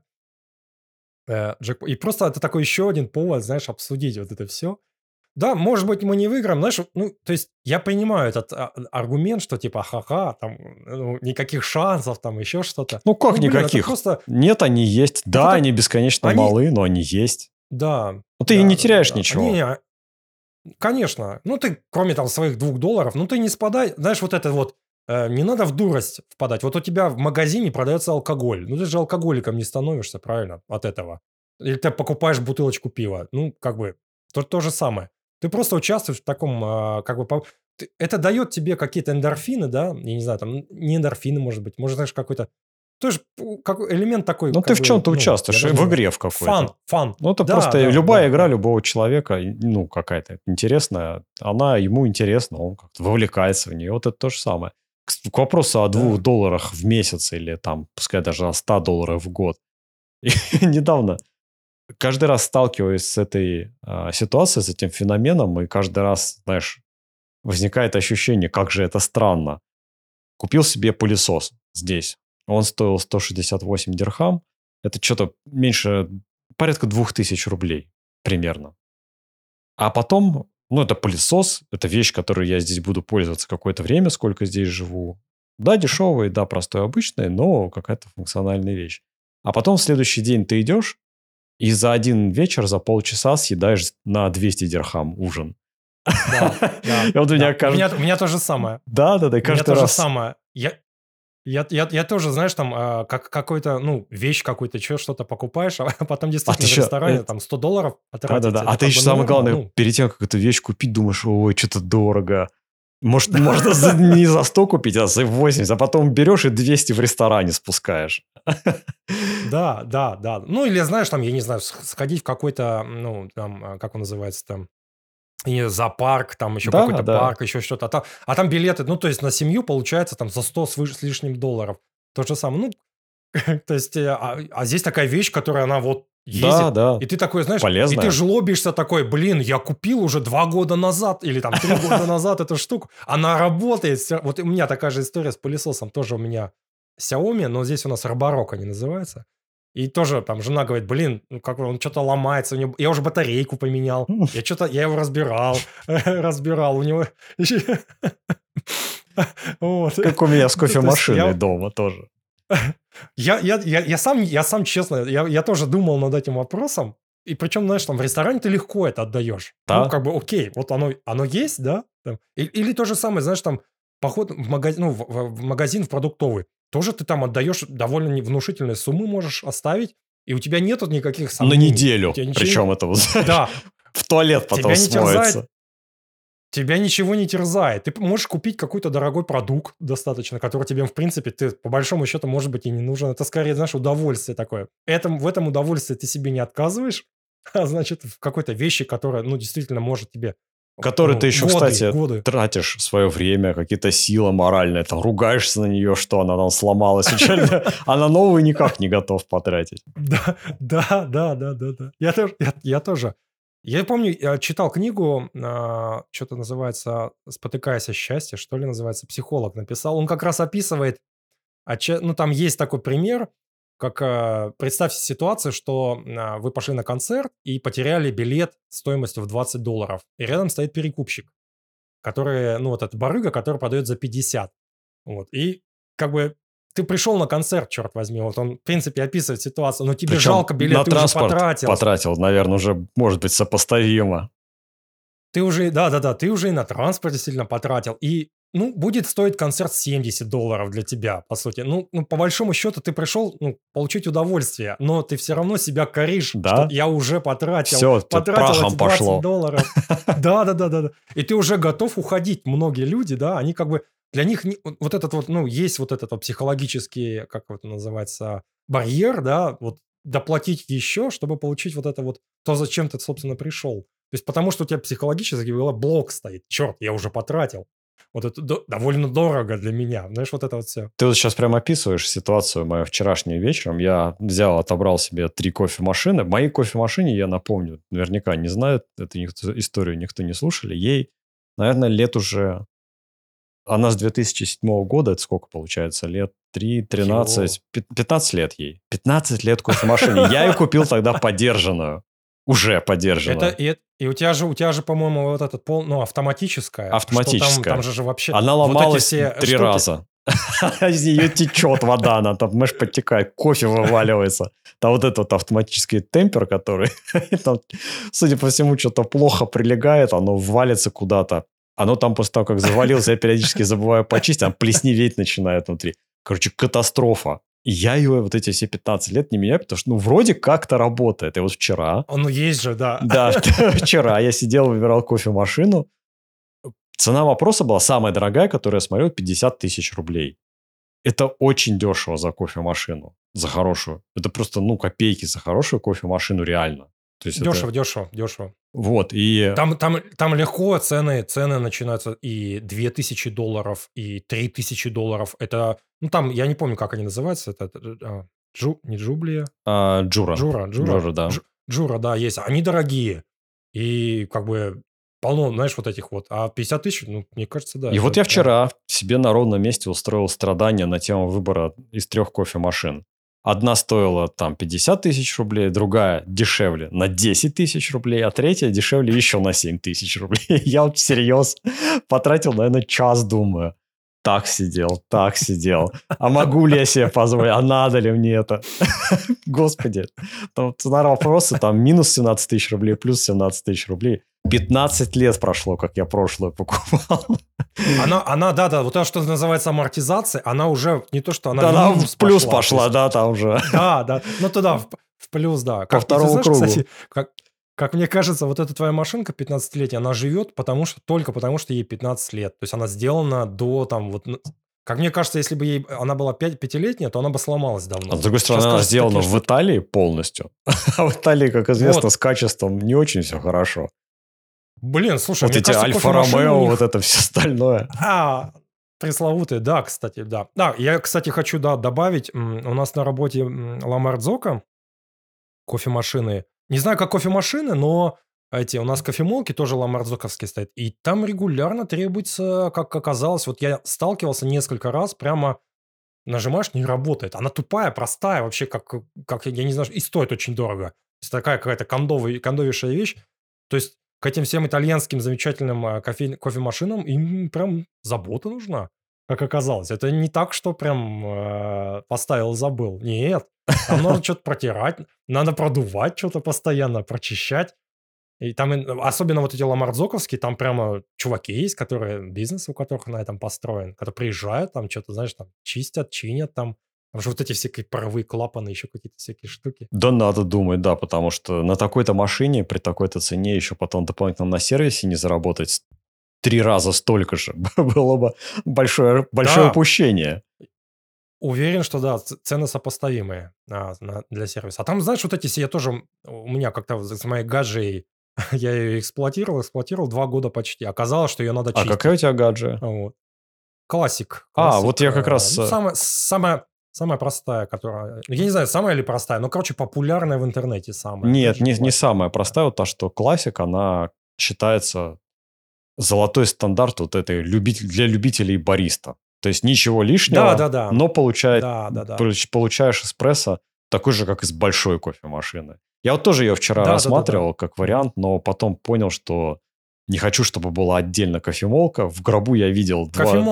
И просто это такой еще один повод, знаешь, обсудить вот это все. Да, может быть, мы не выиграем, знаешь, ну, то есть я понимаю этот аргумент, что типа, ха-ха, там, ну, никаких шансов, там, еще что-то. Ну как Ну, блин, это никаких? просто, Нет, они есть. это Да, так, они бесконечно они, малы, но они есть. да, Ну ты и не да, да, да, теряешь да. Они, ничего. конечно, ну, ты, кроме там своих $2, ну, ты не спадай, знаешь, вот это вот, не надо в дурость впадать. Вот у тебя в магазине продается алкоголь, ну, ты же алкоголиком не становишься, правильно, от этого. Или ты покупаешь бутылочку пива, ну, как бы, то же самое. Ты просто участвуешь в таком, как бы, это дает тебе какие-то эндорфины, да, я не знаю, там, не эндорфины, может, знаешь, какой-то, тоже как элемент такой, Ну ты как в бы, чем-то ну, я участвуешь, даже не в знаю, игре в какой-то. фан, Ну это да, просто да, любая да, игра да, любого человека, ну какая-то интересная, она ему интересна, он как-то вовлекается в нее. Вот это то же самое. К вопросу о да, $2 в месяц или там, пускай даже о $100 в год. И недавно каждый раз сталкиваюсь с этой ситуацией, с этим феноменом, и каждый раз, знаешь, возникает ощущение, как же это странно. Купил себе пылесос здесь. Он стоил 168 дирхам. Это что-то меньше, порядка 2000 рублей примерно. А потом, ну, это пылесос, это вещь, которой я здесь буду пользоваться какое-то время, сколько здесь живу. Да, дешевый, да, простой, обычный, но какая-то функциональная вещь. А потом в следующий день ты идешь и за один вечер, за полчаса съедаешь на 200 дирхам ужин. да, да, И вот у меня да. каждый... У меня то же самое. Да, да, да, У меня каждый то же раз... самое. Я тоже, знаешь, там, как какой-то, ну, вещь какую-то, что-то покупаешь, а потом А ты действительно в еще... ресторане там $100 Да-да-да. потратить, А это ты как еще бы самое норма, главное, ну. перед тем, как эту вещь купить, думаешь, ой, что-то дорого. Может, можно не за 100 купить, а за 80, а потом берешь и 200 в ресторане спускаешь. Да, да, да. Ну, или, знаешь, там, я не знаю, сходить в какой-то, ну, там, как он называется там, и зоопарк, там еще Да, какой-то да. парк, еще что-то. А там билеты, ну, то есть на семью получается там за 100 с лишним долларов. То же самое. Ну, то есть, а здесь такая вещь, которая она вот Да, ездит, да. и ты такой, знаешь, и ты Полезная. жлобишься такой, блин, я купил уже 2 года назад или там 3 года назад эту штуку, она работает. Вот у меня такая же история с пылесосом, тоже у меня Xiaomi, но здесь у нас Роборок они называются. И тоже там жена говорит, блин, ну как он что-то ломается, я уже батарейку поменял, я его разбирал, у него вот. Как у меня с То есть кофемашиной дома тоже. я сам честно, я тоже думал над этим вопросом. И причем, знаешь, там в ресторане ты легко это отдаешь. Ну, Да. как бы, окей, вот оно есть, да? Там. Или то же самое, знаешь, там поход в магазин, ну, в магазин, в продуктовый. Тоже ты там отдаешь довольно внушительные суммы можешь оставить, и у тебя нету никаких На сомнений. У неделю. тебя ничего Причем это, вот, знаешь, Да, в туалет потом тебя не терзает, смоется. тебя ничего не терзает. Ты можешь купить какой-то дорогой продукт достаточно, который тебе, в принципе, ты по большому счету, может быть, и не нужен. Это скорее, знаешь, удовольствие такое. В этом удовольствии ты себе не отказываешь, а значит, в какой-то вещи, которая, ну, действительно может тебе, Который ты ну, еще, годы, кстати, годы. тратишь свое время, какие-то силы моральные, там, ругаешься на нее, что она там сломалась, а на новую никак не готов потратить. Да, да, да, да, да, да. Я тоже. Я помню, я читал книгу, что-то называется «Спотыкаясь о счастье», что ли называется, психолог написал. Он как раз описывает. Ну, там есть такой пример, как представьте ситуацию, что вы пошли на концерт и потеряли билет стоимостью в $20. И рядом стоит перекупщик, который, ну, вот этот барыга, который продает за 50. Вот. И как бы ты пришел на концерт, черт возьми, вот он, в принципе, описывает ситуацию, но тебе Причем жалко на билет, ты уже транспорт потратил. потратил, наверное, уже, может быть, сопоставимо. Ты уже, да-да-да, ты уже и на транспорт сильно потратил. И, ну, будет стоить концерт $70 для тебя, по сути. Ну, по большому счету, ты пришел, ну, получить удовольствие, но ты все равно себя коришь, что Да? я уже потратил Все, потратил эти прахом пошло. $20. Да-да-да-да-да. И ты уже готов уходить. Многие люди, да, они как бы, для них вот этот вот, ну, есть вот этот вот психологический, как это называется, барьер, да, вот доплатить еще, чтобы получить вот это вот то, зачем ты, собственно, пришел. То есть потому что у тебя психологически блок стоит. Черт, я уже потратил. Вот это довольно дорого для меня. Знаешь, вот это вот все. Ты вот сейчас прям описываешь ситуацию мою вчерашнюю вечером. Я взял, отобрал себе 3 кофемашины. В моей кофемашине, я напомню, наверняка не знают, эту историю никто не слушали. Ей, наверное, лет уже... Она с 2007 года, это сколько получается? Лет 3, 13, 15 лет ей. 15 лет кофемашине. Я ее купил тогда подержанную. Уже подержанную. И у тебя же, по-моему, вот этот автоматическая. Автоматическая. Там же вообще... Она ломалась 3 раза. Из нее течет вода, она там, знаешь, подтекает, кофе вываливается. Там вот этот автоматический темпер, который, там, судя по всему, что-то плохо прилегает, оно валится куда-то. Оно там после того, как завалилось, я периодически забываю почистить, там плесневеть начинает внутри. Короче, катастрофа. И я ее вот эти все 15 лет не меняю, потому что, вроде как-то работает. И вот вчера... Есть же, да. Да, вчера я сидел, выбирал кофемашину. Цена вопроса была самая дорогая, которую я смотрел, 50 тысяч рублей. Это очень дешево за кофемашину, за хорошую. Это просто, копейки за хорошую кофемашину реально. То есть дешево. Вот, и... Там легко цены начинаются и $2000, и $3000. Это, там, я не помню, как они называются. Это не Джублия? Джура. Джура, да. Джура, да, есть. Они дорогие. И как бы полно, знаешь, вот этих вот. А 50 тысяч, мне кажется, да. И вот я вчера себе на ровном месте устроил страдания на тему выбора из 3 кофемашин. Одна стоила там 50 тысяч рублей, другая дешевле на 10 тысяч рублей, а третья дешевле еще на 7 тысяч рублей. Я вот всерьез потратил, наверное, час, думаю. Так сидел. А могу ли я себе позволить? А надо ли мне это? Господи. Там цена вопроса, там минус 17 тысяч рублей, плюс 17 тысяч рублей. 15 лет прошло, как я прошлую покупал. Она, да, вот то, что называется амортизация, она уже не то, что она да, в она минус в плюс пошла, да, там уже. Да, туда в плюс, да. По второму кругу. Кстати, как мне кажется, вот эта твоя машинка 15-летняя, она живет только потому, что ей 15 лет. То есть она сделана до там вот... Как мне кажется, если бы она была 5-летняя, то она бы сломалась давно. А с другой стороны, она сделана в Италии полностью. А в Италии, как известно, с качеством не очень все хорошо. Блин, слушай, вот эти Альфа-Ромео, вот это все остальное. Пресловутые, да, кстати, да. Да, я, кстати, хочу добавить. У нас на работе Ла Марзока кофемашины. Не знаю, как кофемашины, но у нас кофемолки тоже Ла Марзоковские стоят. И там регулярно требуется, как оказалось, вот я сталкивался несколько раз, прямо нажимаешь, не работает. Она тупая, простая, вообще, как я не знаю, и стоит очень дорого. То есть такая какая-то кондовейшая вещь. То есть к этим всем итальянским замечательным кофемашинам им прям забота нужна, как оказалось. Это не так, что прям поставил, забыл. Нет, там нужно что-то протирать, надо продувать что-то постоянно, прочищать. И там, особенно вот эти ламардзоковские, там прямо чуваки есть, бизнес у которых на этом построен, которые приезжают, там что-то, знаешь, там чистят, чинят там. Потому что вот эти всякие паровые клапаны, еще какие-то всякие штуки. Да, надо думать, да, потому что на такой-то машине при такой-то цене еще потом дополнительно на сервисе не заработать 3 раза столько же было бы большое упущение. Уверен, что да, цены сопоставимые для сервиса. А там, знаешь, вот эти я тоже, у меня как-то с моей гаджей, я ее эксплуатировал 2 года почти. Оказалось, что ее надо чистить. А какая у тебя гаджа? Вот. Классик. Вот я как раз... Самая простая, которая... Я не знаю, самая или простая, но, короче, популярная в интернете самая. Нет, не самая простая. Вот та, что классик, она считается золотой стандарт вот этой для любителей бариста. То есть ничего лишнего, да. но получаешь эспрессо такой же, как из большой кофемашины. Я вот тоже ее вчера рассматривал как вариант, но потом понял, что не хочу, чтобы была отдельно кофемолка. В гробу я видел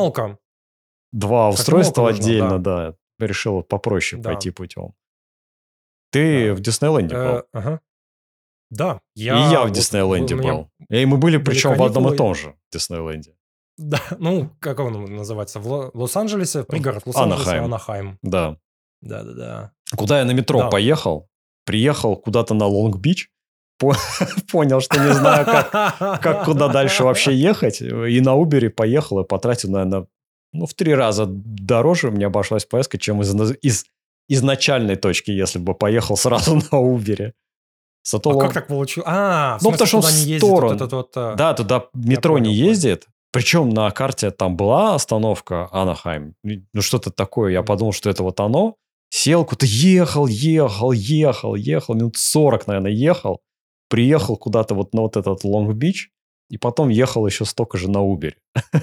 два устройства отдельно, да. Решил попроще пойти путем. Ты в Диснейленде был? Ага. Да. И я в Диснейленде был. И мы были, причем в одном и том же Диснейленде. Да, как он называется? В Лос-Анджелесе, пригород Лос-Анджелеса, Анахайм. Да. Да. Куда я на метро поехал, приехал куда-то на Лонг-Бич, понял, что не знаю, как куда дальше вообще ехать, и на Uber поехал и потратил, наверное, в 3 раза дороже мне обошлась поездка, чем из изначальной точки, если бы поехал сразу на Uber. Зато А как так получилось? В Ну, смысле, потому что он туда в не ездит сторону. Да, туда метро не понял. ездит. Причем на карте там была остановка Анахайм. Ну, что-то такое. Я подумал, что это вот оно. Сел, куда-то ехал, минут 40, наверное, ехал. Приехал куда-то вот на вот этот Лонг-Бич. И потом ехал еще столько же на Uber.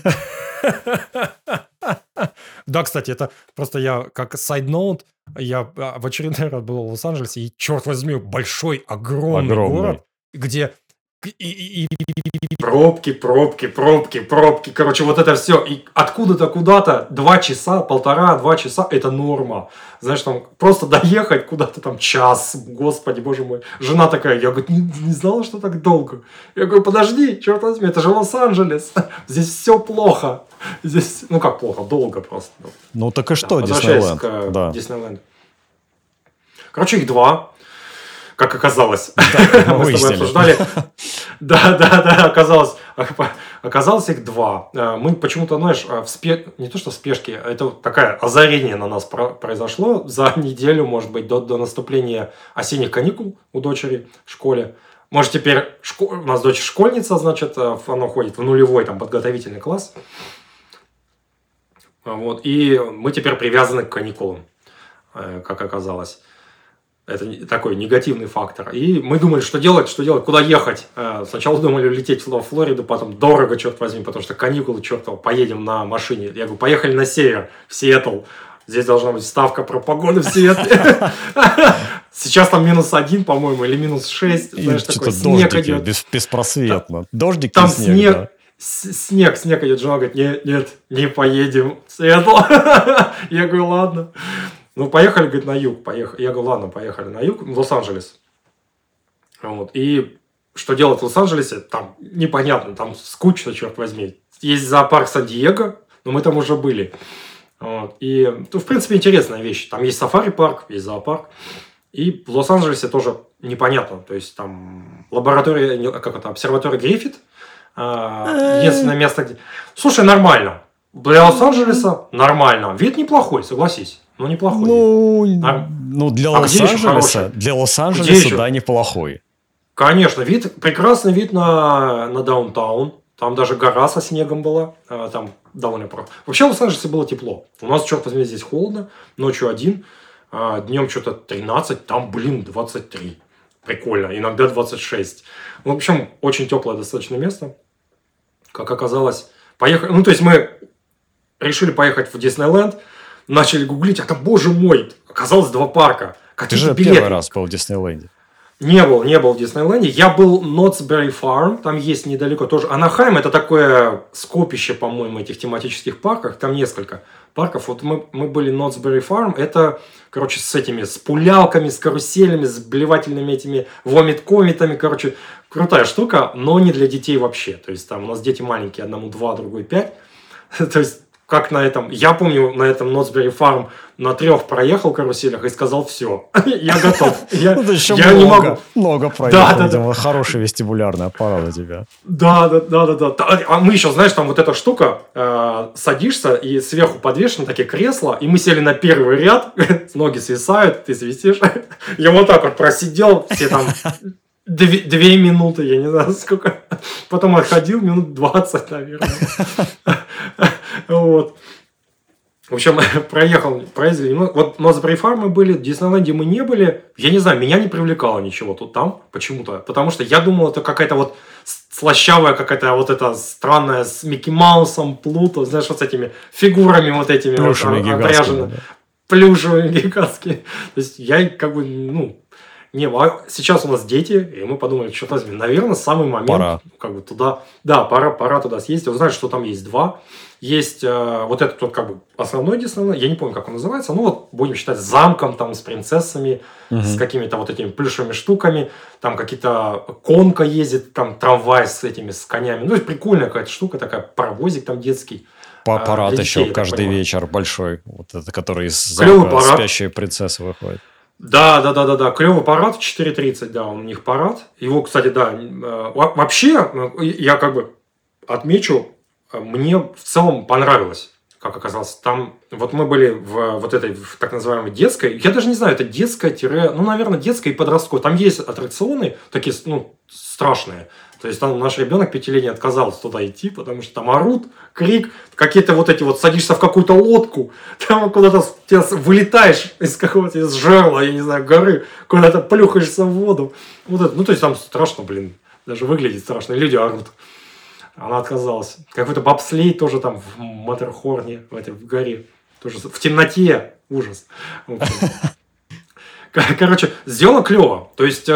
Да, кстати, это просто я как сайд-ноут, я в очередной раз был в Лос-Анджелесе, и, черт возьми, большой, огромный Огромный. город, где и пробки, короче, вот это все, и откуда-то куда-то 2 часа, 1,5-2 часа, это норма, знаешь, там просто доехать куда-то там час, господи, боже мой, жена такая, я, говорю, не знала, что так долго, я говорю, подожди, черт возьми, это же Лос-Анджелес, здесь все плохо, здесь, ну как плохо, долго просто. Ну, так и что, Возвращаясь Диснейленд? к Диснейленду. Короче, их 2, как оказалось. Мы Мы с тобой выяснили. обсуждали. Да, оказалось их 2. Мы почему-то, знаешь, не то что в спешке, это такое озарение на нас произошло за неделю, может быть, до наступления осенних каникул у дочери в школе. Может, теперь у нас дочь школьница, значит, она ходит в нулевой там подготовительный класс. Вот, и мы теперь привязаны к каникулам, как оказалось. Это такой негативный фактор. И мы думали, что делать, куда ехать. Сначала думали лететь в Флориду, потом дорого, черт возьми, потому что каникулы, чертова, поедем на машине. Я говорю, поехали на север, в Сиэтл. Здесь должна быть ставка про погоду в Сиэтле. Сейчас там -1, по-моему, или -6. Знаешь, такой снег идет. Беспросветно. Дождик там и снег. Снег идет. Жена говорит, нет, не поедем в Сиэтл. Я говорю, ладно. Ну, поехали, говорит, на юг. Я говорю, ладно, поехали на юг, в Лос-Анджелес. Вот. И что делать в Лос-Анджелесе, там непонятно, там скучно, черт возьми. Есть зоопарк Сан-Диего, но мы там уже были. Вот. И, в принципе, интересная вещь. Там есть сафари-парк, есть зоопарк. И в Лос-Анджелесе тоже непонятно. То есть, там лаборатория, обсерватория Гриффит. Единственное место, где... Слушай, нормально. Для Лос-Анджелеса нормально. Вид неплохой, согласись. Ну, неплохой. Ну, для Лос-Анджелеса, да, неплохой. Конечно, прекрасный вид на даунтаун. Там даже гора со снегом была. Там довольно просто. Вообще в Лос-Анджелесе было тепло. У нас, черт возьми, здесь холодно. Ночью 1. Днем что-то 13. Там, 23. Прикольно. Иногда 26. В общем, очень теплое достаточно место. Как оказалось, поехали. Ну, то есть мы решили поехать в Диснейленд. Начали гуглить, боже мой, оказалось 2 парка. Ты же первый раз был в Диснейленде. Не был в Диснейленде. Я был в Knott's Berry Farm, там есть недалеко тоже. Анахайм это такое скопище, по-моему, этих тематических парков. Там несколько парков. Вот мы были в Knott's Berry Farm. Это, короче, с пулялками, с каруселями, с блевательными этими вомит-комитами. Короче, крутая штука, но не для детей вообще. То есть там у нас дети маленькие, одному 2, другой 5. То есть как на этом, я помню, на этом Knott's Berry Farm на 3 проехал каруселях и сказал, все, я готов. Я не могу. Много проехал, видимо, хороший вестибулярный аппарат у тебя. Да. А мы еще, знаешь, там вот эта штука, садишься, и сверху подвешены такие кресла, и мы сели на первый ряд, ноги свисают, ты свистишь. Я вот так вот просидел, все там 2 минуты, я не знаю сколько. Потом отходил минут 20, наверное. Вот. В общем, проездили. Вот в Knott's Berry Farm мы были, в Диснейленде мы не были. Я не знаю, меня не привлекало ничего там почему-то. Потому что я думал, это какая-то вот слащавая, какая-то вот эта странная с Микки Маусом, Плуто, знаешь, вот с этими фигурами вот этими. Плюшевыми гигантскими. Плюшевыми гигантскими. То есть я как бы, сейчас у нас дети, и мы подумали, что возьми, наверное, самый момент, пора. Как бы туда, да, пора туда съездить, узнать, что там есть 2. Есть вот этот вот как бы основной Диснейленд, я не помню, как он называется, будем считать замком там с принцессами, с какими-то вот этими плюшевыми штуками, там какие-то конка ездит, там трамвай с конями, то есть прикольная какая-то штука такая, паровозик там детский. Парад еще каждый вечер большой, вот это, который из замка спящие принцессы выходит. Да, клевый парад, 4:30, да, у них парад. Его, кстати, да, вообще, я как бы отмечу, мне в целом понравилось. как оказалось. Там, вот мы были в вот этой, в так называемой детской. Я даже не знаю, это детская, ну, наверное, детская и подростковая. Там есть аттракционы такие, ну, страшные. То есть там наш ребенок 5-летний отказался туда идти, потому что там орут, крик, какие-то вот эти вот, садишься в какую-то лодку, там куда-то вылетаешь из какого-то, из жерла, я не знаю, горы, куда-то плюхаешься в воду. Вот это, ну, то есть там страшно, блин, даже выглядит страшно, и люди орут. Она отказалась. Какой-то бобслей тоже там в Матерхорне, в горе, тоже в темноте, ужас. В общем. Короче, сделано клево. То есть,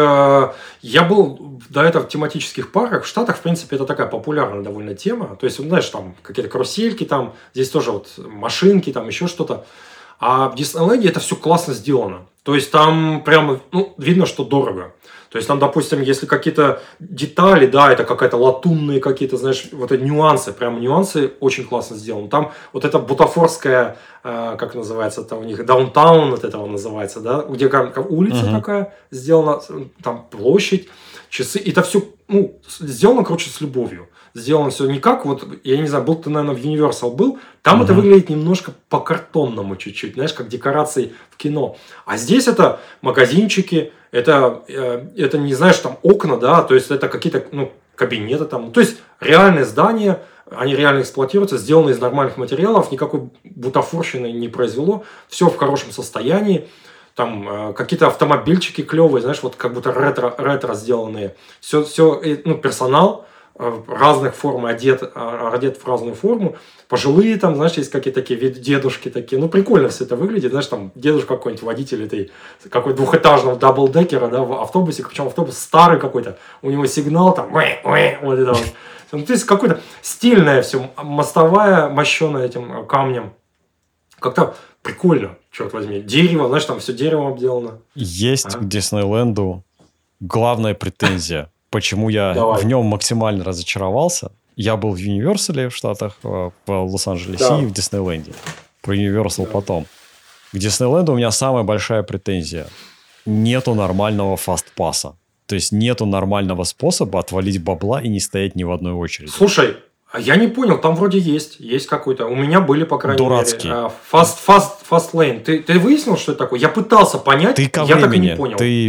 я был до этого в тематических парках. В Штатах, в принципе, это такая популярная довольно тема. То есть, знаешь, там какие-то карусельки, там, здесь тоже вот машинки, там еще что-то. А в Диснейленде это все классно сделано. То есть, там прямо, ну, видно, что дорого. То есть, там, допустим, если какие-то детали, да, это какая-то латунные какие-то, знаешь, вот эти нюансы, прям нюансы очень классно сделаны. Там вот эта бутафорская, как называется, это у них, даунтаун вот этого называется, да, где как улица такая сделана, там площадь, часы, это все, ну, сделано, короче, с любовью. Сделано все не как, вот, я не знаю, был ты, наверное, в Universal был, там это выглядит немножко по-картонному чуть-чуть, знаешь, как декорации в кино. А здесь это магазинчики, это не знаешь, там окна, да, то есть это какие-то, ну, кабинеты там, то есть реальные здания, они реально эксплуатируются, сделаны из нормальных материалов, никакой бутафорщины не произвело, все в хорошем состоянии. Там какие-то автомобильчики клевые, знаешь, вот как будто ретро сделанные. Все, ну, персонал разных форм одет в разную форму. Пожилые там, знаешь, есть какие-то такие дедушки такие. Ну, прикольно все это выглядит. Знаешь, там дедушка какой-нибудь, водитель этой, какой-то двухэтажного даблдекера, да, в автобусе. Причем автобус старый какой-то. У него сигнал там, вот это вот. Ну, то есть, какое-то стильное все, мостовая, мощеная этим камнем. Как-то прикольно, черт возьми. Дерево, знаешь, там все деревом обделано. Есть к Диснейленду главная претензия. Почему я в нем максимально разочаровался? Я был в Universal в Штатах, в Лос-Анджелесе и в Диснейленде. Про Universal потом. К Диснейленду у меня самая большая претензия. Нету нормального фастпасса. То есть нету нормального способа отвалить бабла и не стоять ни в одной очереди. Слушай, я не понял, там вроде есть какой-то. У меня были, по крайней мере, Fast Lane. Ты выяснил, что это такое? Я пытался понять, я так и не понял. Ты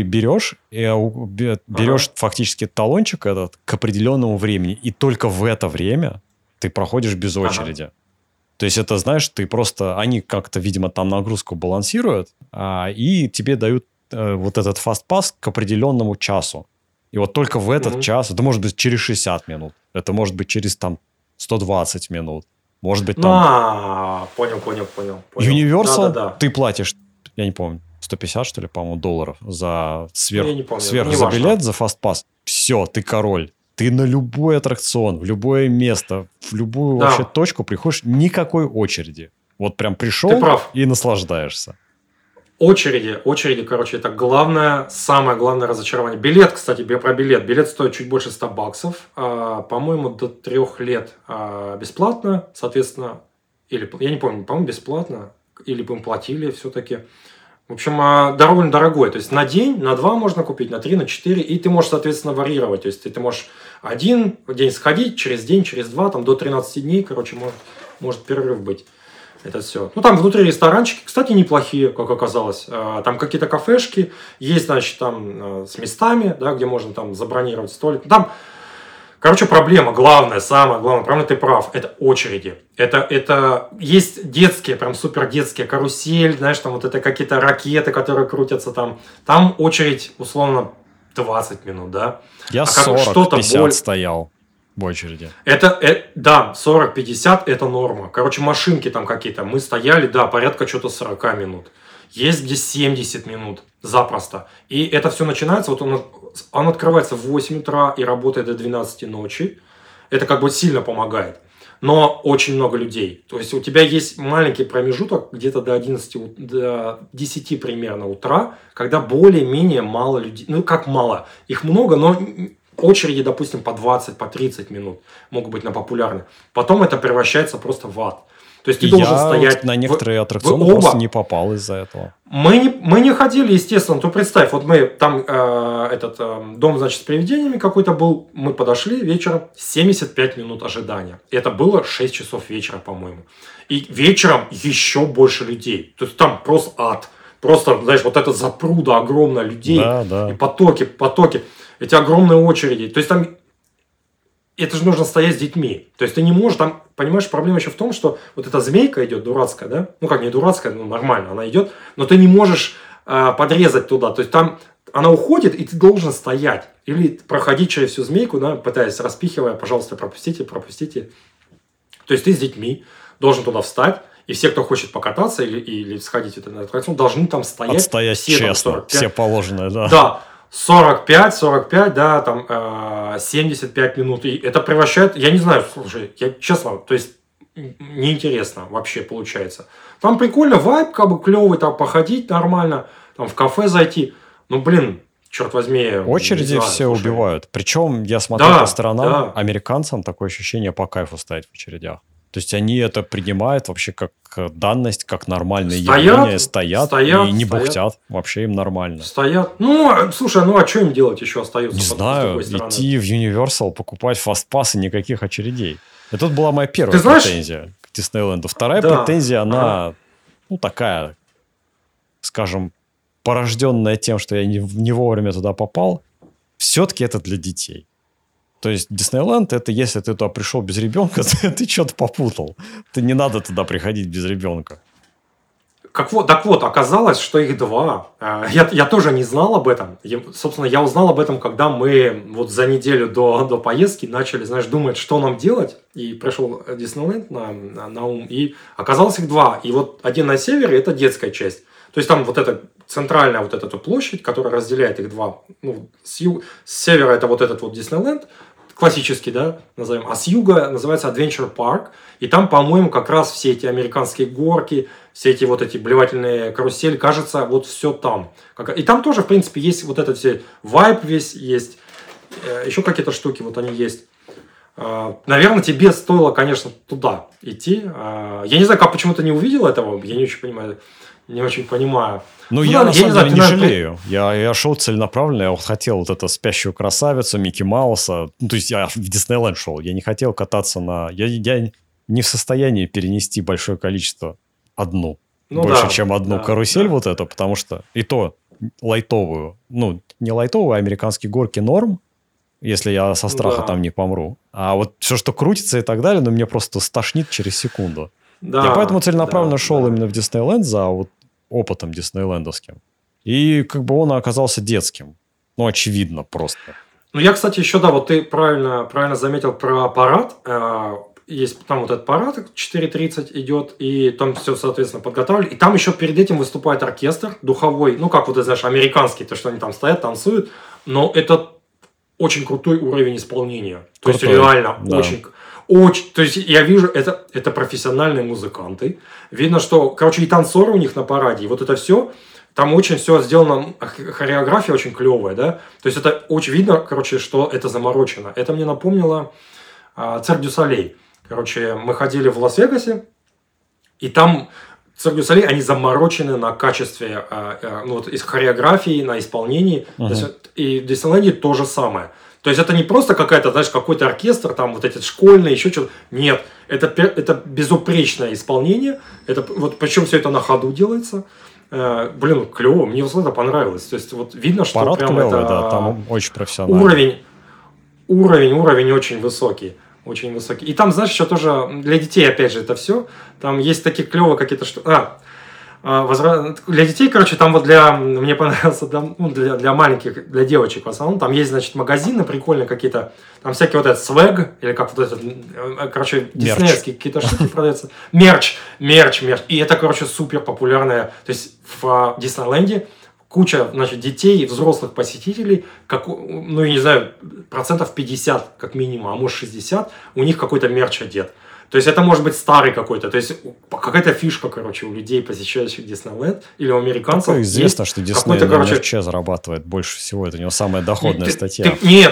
берешь фактически талончик этот к определенному времени, и только в это время ты проходишь без очереди. То есть это, знаешь, ты просто... Они как-то, видимо, там нагрузку балансируют, и тебе дают вот этот фастпасс к определенному часу. И вот только в этот час, это может быть через 60 минут, это может быть через там 120 минут. Может быть, там... Понял. Universal ты платишь, я не помню, 150, что ли, по-моему, долларов за сверх за билет, за фастпасс. Все, ты король. Ты на любой аттракцион, в любое место, в любую вообще точку приходишь, никакой очереди. Вот прям пришел и наслаждаешься. Очереди, короче, это самое главное разочарование. Билет, кстати, про билет. Билет стоит чуть больше $100. По-моему, до 3 лет бесплатно, соответственно, или, я не помню, по-моему, бесплатно, или бы им платили все-таки. В общем, довольно дорогой. То есть на день, на 2 можно купить, на 3, на 4, и ты можешь, соответственно, варьировать. То есть ты можешь один день сходить, через день, через 2, там до 13 дней, короче, может перерыв быть. Это все. Ну, там внутри ресторанчики, кстати, неплохие, как оказалось. Там какие-то кафешки, есть, значит, там с местами, да, где можно там забронировать столик. Там, короче, проблема главная, самая главная, правильно ты прав, это очереди. Это есть детские, прям супер детские, карусель, знаешь, там вот это какие-то ракеты, которые крутятся там. Там очередь, условно, 20 минут, да. Я 40-50 стоял в очереди. Да, 40-50 это норма. Короче, машинки там какие-то. Мы стояли, да, порядка что-то 40 минут. Есть где 70 минут запросто. И это все начинается, вот он открывается в 8 утра и работает до 12 ночи. Это как бы сильно помогает. Но очень много людей. То есть у тебя есть маленький промежуток где-то до 10 примерно утра, когда более-менее мало людей. Ну, как мало? Их много, но... Очереди, допустим, по 20, по 30 минут могут быть на популярных. Потом это превращается просто в ад. То есть И ты должен я стоять... на некоторые Вы аттракционы просто оба... не попал из-за этого. Мы не ходили, естественно, то представь, вот мы там дом, значит, с привидениями какой-то был, мы подошли вечером, 75 минут ожидания. Это было 6 часов вечера, по-моему. И вечером еще больше людей. То есть там просто ад. Просто, знаешь, вот эта запруда огромная людей. Да. И потоки. Эти огромные очереди. То есть там... Это же нужно стоять с детьми. То есть ты не можешь там... Понимаешь, проблема еще в том, что вот эта змейка идет дурацкая, да? Ну, как не дурацкая, ну, нормально, она идет. Но ты не можешь подрезать туда. То есть там она уходит, и ты должен стоять. Или проходить через всю змейку, да, пытаясь распихивая, пожалуйста, пропустите. То есть ты с детьми должен туда встать. И все, кто хочет покататься или сходить на аттракцион, должны там стоять. Отстоять все, честно, там, все положенное, да. Да. 45, да, там 75 минут. И это превращает, я не знаю, слушай, я честно, то есть неинтересно вообще получается. Там прикольно, вайб как бы клевый, там походить нормально, там в кафе зайти. Ну, блин, черт возьми. Очереди знаю, все слушай. убивают. Причем я смотрю Да, по сторонам, да. американцам такое ощущение по кайфу стоять в очередях. То есть они это принимают вообще как данность, как нормальное явление, стоят и не бухтят. Вообще им нормально. Стоят. Ну, слушай, ну а что им делать еще остается? Не с знаю, другой стороны? идти в Universal, покупать фастпассы, никаких очередей. И тут была моя первая Ты знаешь- претензия к Диснейленду. Вторая Да. претензия, она, ну, такая, скажем, порожденная тем, что я не вовремя туда попал. Все-таки это для детей. То есть Диснейленд, это если ты туда пришел без ребенка, ты что-то попутал. Ты не надо туда приходить без ребенка. Так вот, оказалось, что их два. Я тоже не знал об этом. Собственно, я узнал об этом, когда мы вот за неделю до поездки начали, знаешь, думать, что нам делать. И пришел Диснейленд на ум. И оказалось их два. И вот один на севере – это детская часть. То есть там вот эта центральная вот эта площадь, которая разделяет их два. Ну, с севера это вот этот вот Диснейленд, классический, да, назовем. А с юга называется Adventure Park. И там, по-моему, как раз все эти американские горки, все эти вот эти блевательные карусели, кажется, вот все там. И там тоже, в принципе, есть вот этот все вайб весь есть. Еще какие-то штуки вот они есть. Наверное, тебе стоило, конечно, туда идти. Я не знаю, как почему ты не увидел этого, я не очень понимаю. Ну, я на самом деле не жалею. Я шел целенаправленно, я вот хотел вот эту спящую красавицу, Микки Мауса. Ну, то есть я в Диснейленд шел, я не хотел кататься на... Я не в состоянии перенести большое количество больше, чем одну карусель вот эту, потому что и то лайтовую. Ну, не лайтовую, а американские горки норм, если я со страха там не помру. А вот все, что крутится и так далее, ну, мне просто стошнит через секунду. Я поэтому целенаправленно шел именно в Диснейленд за вот опытом диснейлендовским. И как бы он оказался детским. Ну, очевидно просто. Ну, я, кстати, еще, да, вот ты правильно заметил про парад. Есть там вот этот парад, 4:30 идет, и там все, соответственно, подготавливали. И там еще перед этим выступает оркестр духовой. Ну, как вот, ты знаешь, американский, то, что они там стоят, танцуют. Но это очень крутой уровень исполнения. То есть, реально очень, то есть я вижу, это профессиональные музыканты. Видно, что, короче, и танцоры у них на параде, и вот это все, там очень все сделано, хореография очень клевая, да. То есть это очень видно, короче, что это заморочено. Это мне напомнило Цирк дю Солей. Короче, мы ходили в Лас-Вегасе, и там Цирк дю Солей, они заморочены на качестве, ну, вот, из хореографии, на исполнении. И в Диснейленде то же самое. То есть это не просто какая-то, знаешь, какой-то оркестр, там вот эти школьные, еще что-то. Нет, это безупречное исполнение. Это, вот, причем все это на ходу делается. Блин, клево, мне вот это понравилось. То есть вот видно, что парад прям клевый, это... да, там очень профессионально. Уровень очень высокий. Очень высокий. И там, знаешь, еще тоже для детей, опять же, это все. Там есть такие клевые какие-то штуки. Для детей, короче, там вот мне понравился, ну, для маленьких, для девочек в основном, там есть, значит, магазины прикольные какие-то, там всякие вот этот свэг, или как вот этот, короче, диснеевские какие-то штуки продаются. Мерч. И это, короче, супер популярное, то есть в Диснейленде куча, значит, детей и взрослых посетителей, ну, я не знаю, 50% как минимум, а может 60%, у них какой-то мерч одет. То есть это может быть старый какой-то, то есть какая-то фишка, короче, у людей, посещающих Диснейленд, или у американцев. Такое известно, что Дисней на мерче зарабатывает больше всего, это у него самая доходная статья. Нет,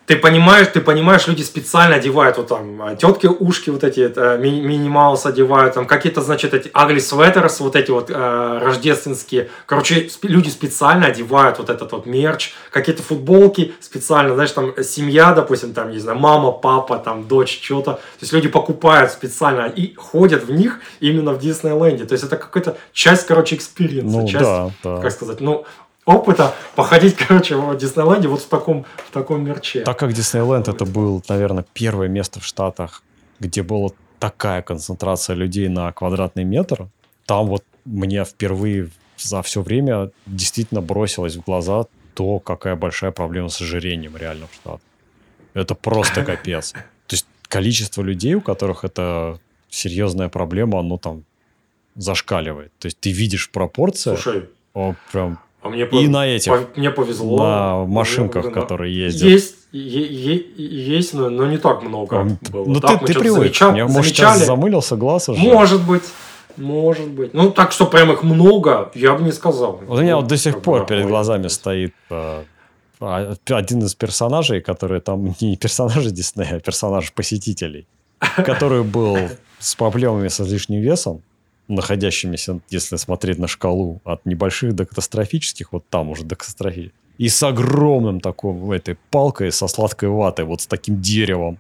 ты понимаешь, люди специально одевают вот там тетки ушки вот эти, Минимаус одевают, там какие-то, значит, эти ugly sweaters, вот эти вот рождественские. Короче, люди специально одевают вот этот вот мерч, какие-то футболки специально, знаешь, там семья, допустим, там, не знаю, мама, папа, там, дочь, что-то. То есть люди покупают специально и ходят в них именно в Диснейленде. То есть это какая-то часть, короче, экспириенса, Ну, часть, да. как сказать, ну, опыта походить, короче, в Диснейленде вот в таком мерче. Так как Диснейленд это был, наверное, первое место в Штатах, где была такая концентрация людей на квадратный метр, там вот мне впервые за все время действительно бросилось в глаза то, какая большая проблема с ожирением реально в Штатах. Это просто капец. То есть количество людей, у которых это серьезная проблема, оно там зашкаливает. То есть ты видишь пропорции, Слушай, прям а мне, и на этих, мне повезло. на машинках, Мне- которые ездят. есть, но не так много было. Ну, Так, мы ты что-то привык. Мне, может, сейчас замылился глаз уже. Может быть. Ну, так что прям их много, я бы не сказал. Вот у меня Ну, вот до сих как бы, пор да, перед может глазами быть. стоит один из персонажей, который там не персонажи Диснея, а персонаж посетителей, который был с проблемами с излишним весом, находящимися, если смотреть на шкалу, от небольших до катастрофических, вот там уже до катастрофических, и с огромным такой этой палкой со сладкой ватой, вот с таким деревом.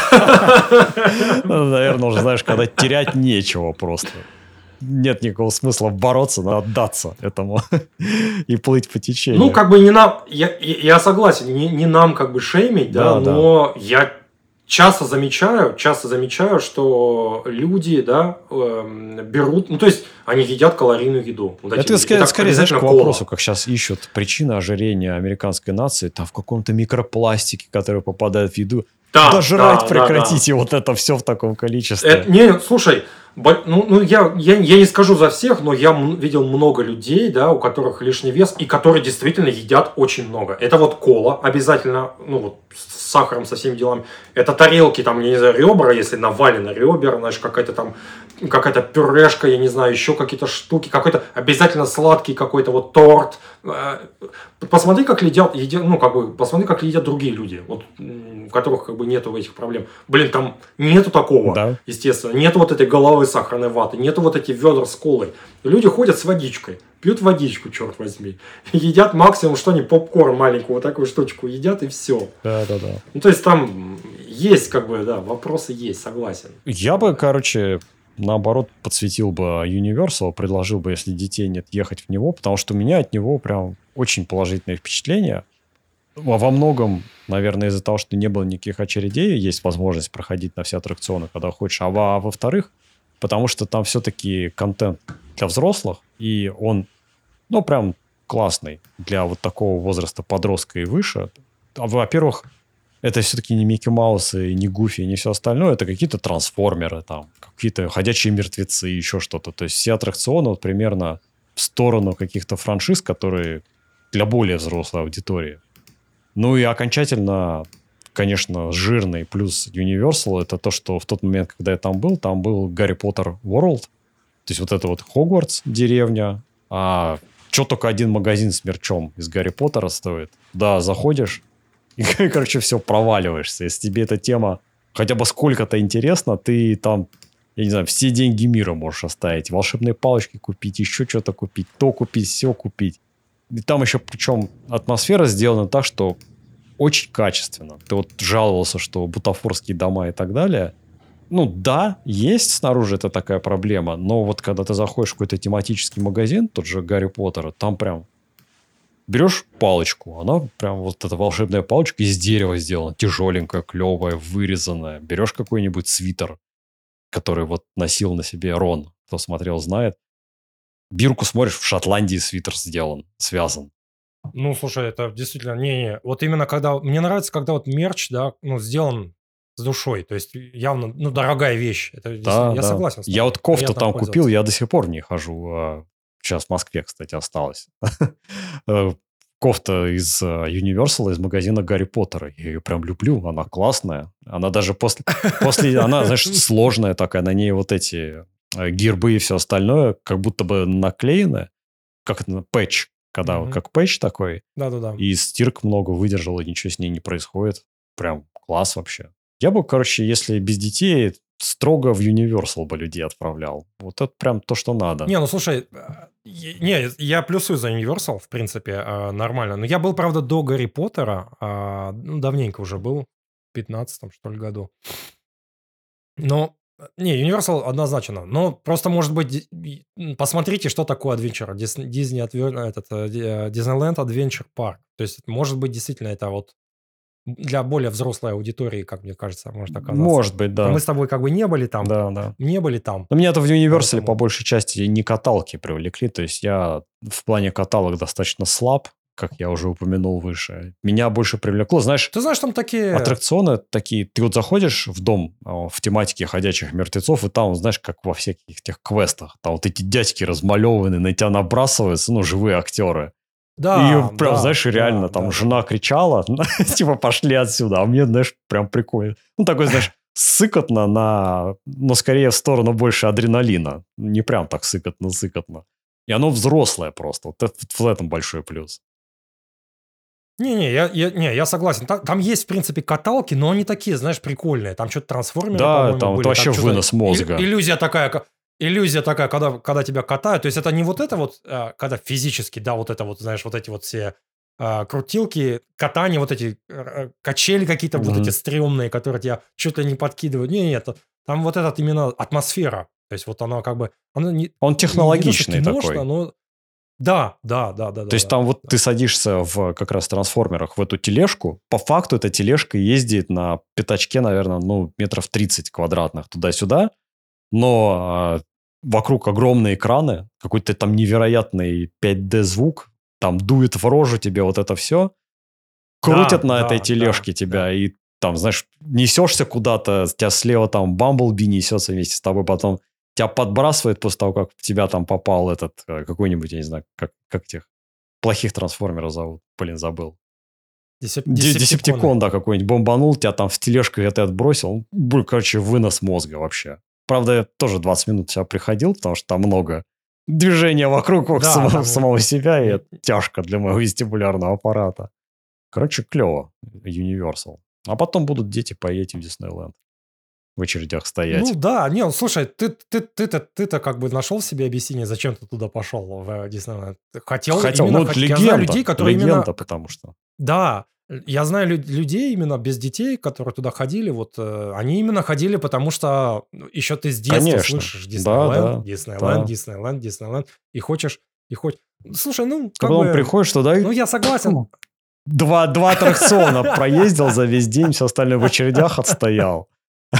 Наверное, уже, знаешь, когда терять нечего просто. Нет никакого смысла бороться, надо отдаться этому и плыть по течению. Ну, как бы не нам, я согласен, не нам как бы шеймить, да, Да, но я часто замечаю, что люди, да, берут, ну, то есть, они едят калорийную еду. Вот эти Это люди. скорее, знаешь, к обязательно кола. вопросу, как сейчас ищут причины ожирения американской нации, там в каком-то микропластике, который попадает в еду. Да жрать прекратите вот это все в таком количестве. Не, слушай, я не скажу за всех, но я видел много людей, да, у которых лишний вес, и которые действительно едят очень много. Это вот кола обязательно, ну вот с сахаром, со всеми делами. Это тарелки, там, я не знаю, ребра, если навалено ребер, знаешь, какая-то пюрешка, я не знаю, еще какие-то штуки, какой-то обязательно сладкий какой-то вот торт. Посмотри, как едят, посмотри, как едят другие люди, вот, у которых как бы нету этих проблем. Блин, там нету такого, Да. естественно. Нету вот этой головы сахарной ваты, нету вот этих ведер с колой. Люди ходят с водичкой, пьют водичку, черт возьми. Едят максимум что-нибудь, попкорн маленькую, вот такую штучку едят, и все. Да. Ну, то есть там есть, как бы, да, вопросы есть, согласен. Я бы, короче, наоборот, подсветил бы Universal, предложил бы, если детей нет, ехать в него, потому что у меня от него прям очень положительное впечатление. Во многом, наверное, из-за того, что не было никаких очередей, есть возможность проходить на все аттракционы, когда хочешь. А во-вторых, потому что там все-таки контент для взрослых, и он, ну, прям классный для вот такого возраста подростка и выше. Во-первых, это все-таки не Микки Маус и не Гуфи, и не все остальное. Это какие-то трансформеры, там, какие-то ходячие мертвецы, еще что-то. То есть все аттракционы вот примерно в сторону каких-то франшиз, которые для более взрослой аудитории. Ну и окончательно, конечно, жирный плюс Universal — это то, что в тот момент, когда я там был Гарри Поттер World. То есть вот это вот Хогвартс деревня. А что только один магазин с мерчом из Гарри Поттера стоит. Да, заходишь, и, короче, все, проваливаешься. Если тебе эта тема хотя бы сколько-то интересна, ты там, я не знаю, все деньги мира можешь оставить. Волшебные палочки купить, еще что-то купить, то купить, все купить. И там еще, причем, атмосфера сделана так, что очень качественно. Ты вот жаловался, что бутафорские дома и так далее. Ну да, есть снаружи это такая проблема, но вот когда ты заходишь в какой-то тематический магазин, тот же Гарри Поттера, там прям берешь палочку, она прям вот эта волшебная палочка из дерева сделана, тяжеленькая, клевая, вырезанная. Берешь какой-нибудь свитер, который вот носил на себе Рон, кто смотрел, знает. Бирку смотришь, в Шотландии свитер сделан, связан. Ну, слушай, это действительно, не. Вот именно когда, мне нравится, когда вот мерч, да, ну, сделан с душой, то есть явно, ну, дорогая вещь. Это действительно, я согласен с тобой. Я вот кофту Приятно там купил, пользоваться. я до сих пор в ней хожу. Сейчас в Москве, кстати, осталась. Кофта из Universal, из магазина Гарри Поттера. Я ее прям люблю, она классная. Она даже после она, знаешь, сложная такая, на ней вот эти гербы и все остальное, как будто бы наклеено, как это, пэтч, когда как пэтч такой, Да-да-да. и стирка много выдержала, ничего с ней не происходит. прям класс вообще. Я бы, короче, если без детей, строго в Universal бы людей отправлял. Вот это прям то, что надо. Не, ну слушай, не, я плюсую за Universal, в принципе, нормально. Но я был, правда, до Гарри Поттера, ну, давненько уже был, в 15-м, что ли, году. Но, не, Universal однозначно. Но просто, может быть, посмотрите, что такое Adventure. Disneyland Adventure Park. То есть, может быть, действительно, это вот для более взрослой аудитории, как мне кажется, может оказаться. Может быть, да. Мы с тобой как бы не были там. Да, да. Не были там. Но меня-то в Universal Поэтому- по большей части не каталки привлекли. То есть я в плане каталог достаточно слаб, как я уже упомянул выше. Меня больше привлекло, знаешь, Ты знаешь, там такие... аттракционы такие. Ты вот заходишь в дом в тематике ходячих мертвецов, и там, знаешь, как во всяких тех квестах, там вот эти дядьки размалеванные, на тебя набрасываются, ну, живые актеры. Да, И прям, да, знаешь, реально, да, там да, жена кричала, типа, пошли отсюда. А мне, знаешь, прям прикольно. Ну, такой, знаешь, сыкотно, но скорее в сторону больше адреналина. Не прям так сыкотно. И оно взрослое просто. Вот в этом большой плюс. я согласен. Там есть, в принципе, каталки, но они такие, знаешь, прикольные. Там что-то трансформеры, Да, по-моему, там были. это вообще Там что-то вынос мозга. Иллюзия такая, когда тебя катают. То есть это не вот это вот, когда физически, да, вот это вот, знаешь, вот эти вот все крутилки, катания, вот эти качели какие-то, вот эти стрёмные, которые тебя что-то не подкидывают. Нет, там вот этот именно атмосфера. То есть вот она как бы... Она не, Он не то, что технологичный киношно, такой. но... Да. То есть там вот ты садишься в как раз трансформерах в эту тележку. По факту эта тележка ездит на пятачке, наверное, ну, метров 30 квадратных туда-сюда. Но вокруг огромные экраны, какой-то там невероятный 5D-звук, там дует в рожу тебе вот это все. Крутят на этой тележке тебя, и там, знаешь, несешься куда-то, тебя слева там Бамблби несется вместе с тобой, потом тебя подбрасывает после того, как в тебя там попал этот какой-нибудь, я не знаю, как этих плохих трансформеров зовут. Блин, забыл. Десептикон, да, какой-нибудь бомбанул, тебя там в тележку это отбросил. Короче, вынос мозга вообще. Правда, я тоже 20 минут себя приходил, потому что там много движения вокруг самого себя, и это тяжко для моего вестибулярного аппарата. Короче, клево. Universal. А потом будут дети поедете в Диснейленд. В очередях стоять. Ну да, не, слушай, ты-то как бы нашел себе объяснение, зачем ты туда пошел в Диснейленд? Хотел, ну легенда, я знаю людей, которые легенда, потому что... Да, я знаю людей именно без детей, которые туда ходили, вот они именно ходили, потому что еще ты с детства Конечно. слышишь Диснейленд, Да. Диснейленд, и хочешь. Слушай, ну, как потом бы... приходишь туда и... Ну, я согласен. Два аттракциона проездил за весь день, все остальное в очередях отстоял.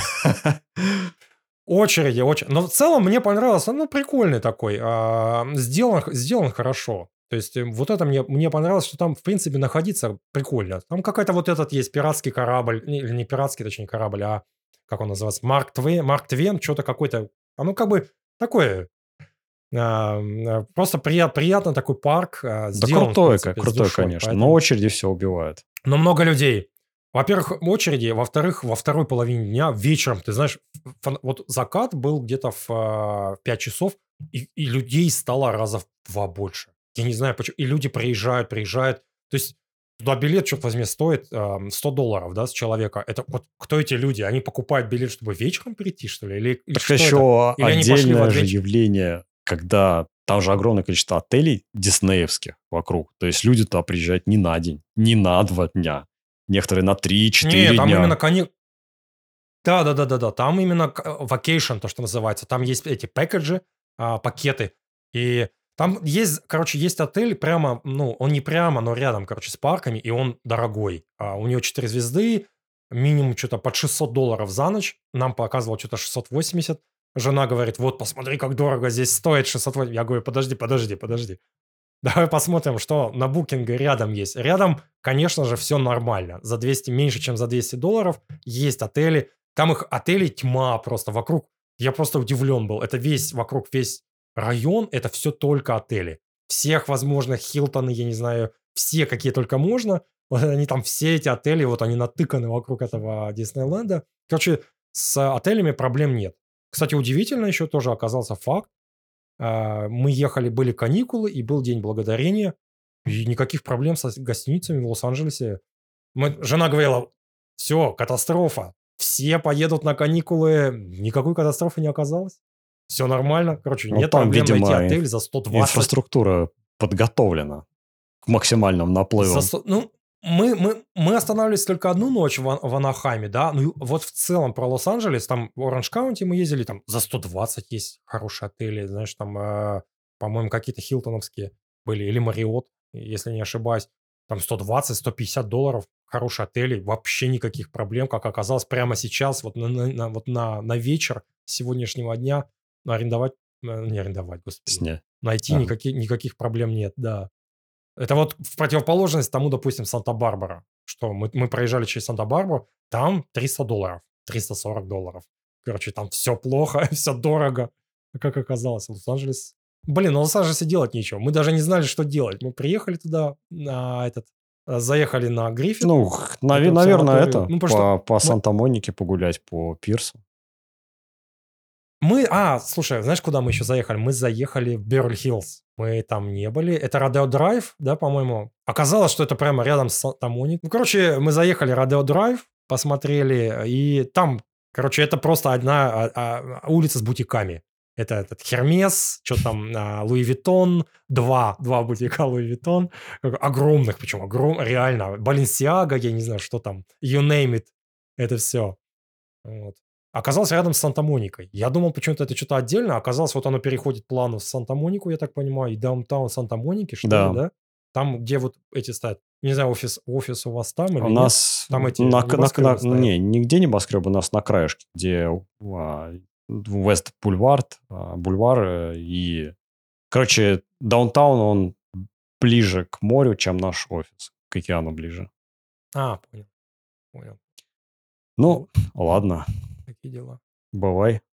Очереди. Но в целом мне понравилось. Ну, прикольный такой. Сделан хорошо. То есть вот это мне понравилось, что там, в принципе, находиться прикольно. Там какой-то вот этот есть пиратский корабль. Или не пиратский, точнее, корабль, а как он называется? Марк Твен, что-то какой-то. Оно как бы такое... Просто приятно такой парк. Да Сделан, крутой, душой, конечно. поэтому... Но очереди все убивают. Но много людей. Во-первых, очереди, во-вторых, во второй половине дня, вечером, ты знаешь, вот закат был где-то в 5 часов, и людей стало раза в 2 больше. Я не знаю, почему. И люди приезжают. То есть туда билет, черт возьми, стоит $100, да, с человека. Это вот кто эти люди? Они покупают билет, чтобы вечером прийти, что ли? Или Так что еще это? Или они пошли в отдельное же Adventure? явление, когда там же огромное количество отелей диснеевских вокруг. То есть люди туда приезжают не на день, не на 2 дня. Некоторые на 3-4 Нет, там дня. именно Да. Там именно vacation, то, что называется. Там есть эти пэкэджи, пакеты. И там есть, короче, есть отель прямо, ну, он не прямо, но рядом, короче, с парками, и он дорогой. У него 4 звезды, минимум что-то под $600 за ночь. Нам показывал что-то 680. Жена говорит, вот, посмотри, как дорого здесь стоит 680. Я говорю, подожди. Давай посмотрим, что на букинге рядом есть. Рядом, конечно же, все нормально. За 200, меньше, чем за $200 есть отели. Там их отелей тьма просто вокруг. Я просто удивлен был. Это вокруг весь район, это все только отели. Всех возможных, Хилтоны, я не знаю, все, какие только можно. Вот они там, все эти отели, вот они натыканы вокруг этого Диснейленда. Короче, с отелями проблем нет. Кстати, удивительно еще тоже оказался факт. Мы ехали, были каникулы, и был День Благодарения, и никаких проблем с гостиницами в Лос-Анджелесе. Жена говорила, Все, катастрофа. Все поедут на каникулы. Никакой катастрофы не оказалось. Все нормально. Короче, Ну, нет там, проблем найти видимо, отель за 120. инфраструктура подготовлена к максимальным наплывам. Ну, мы останавливались только одну ночь в Анахайме, да. Ну, и вот в целом про Лос-Анджелес, там в Оранж-Каунти мы ездили, там за 120 есть хорошие отели, знаешь, там, по-моему, какие-то хилтоновские были, или Мариот, если не ошибаюсь. Там 120-150 долларов, хорошие отели, вообще никаких проблем, как оказалось, прямо сейчас, вот на вечер сегодняшнего дня арендовать, не арендовать, господи, Сне. найти Ага. никаких проблем нет, да. Это вот в противоположность тому, допустим, Санта-Барбара, что мы проезжали через Санта-Барбару, там 300 долларов, 340 долларов. Короче, там все плохо, все дорого. А как оказалось, Лос-Анджелес... Блин, ну в Лос-Анджелесе делать нечего. Мы даже не знали, что делать. Мы приехали туда, заехали на Гриффит, Ну, эту наверное, обсерваторию. это Ну, потому что по Санта-Монике погулять, по пирсу. слушай, знаешь, куда мы еще заехали? Мы заехали в Бёрли-Хиллз. Мы там не были. Это Родео Драйв, да, по-моему? Оказалось, что это прямо рядом с Санта-Моникой. Ну, короче, мы заехали Родео Драйв, посмотрели, и там, короче, это просто одна улица с бутиками. Это этот Хермес, что там, Луи Виттон, два бутика Луи Виттон, огромных, причем реально, Баленсиага, я не знаю, что там, you name it, это все. Вот. Оказалось рядом с Санта-Моникой. Я думал, почему-то это что-то отдельно. Оказалось, вот оно переходит плавно в Санта-Монику, я так понимаю, и даунтаун Санта-Моники, что ли, Да. да? Там, где вот эти стоят. Не знаю, офис у вас там или У нет? нас Там эти небоскребы стоят. не, нигде небоскреб, у нас на краешке, где Вест Бульвар, и... Короче, даунтаун, он ближе к морю, чем наш офис. К океану ближе. Понял. Ну, ладно. Такие дела. Бывай.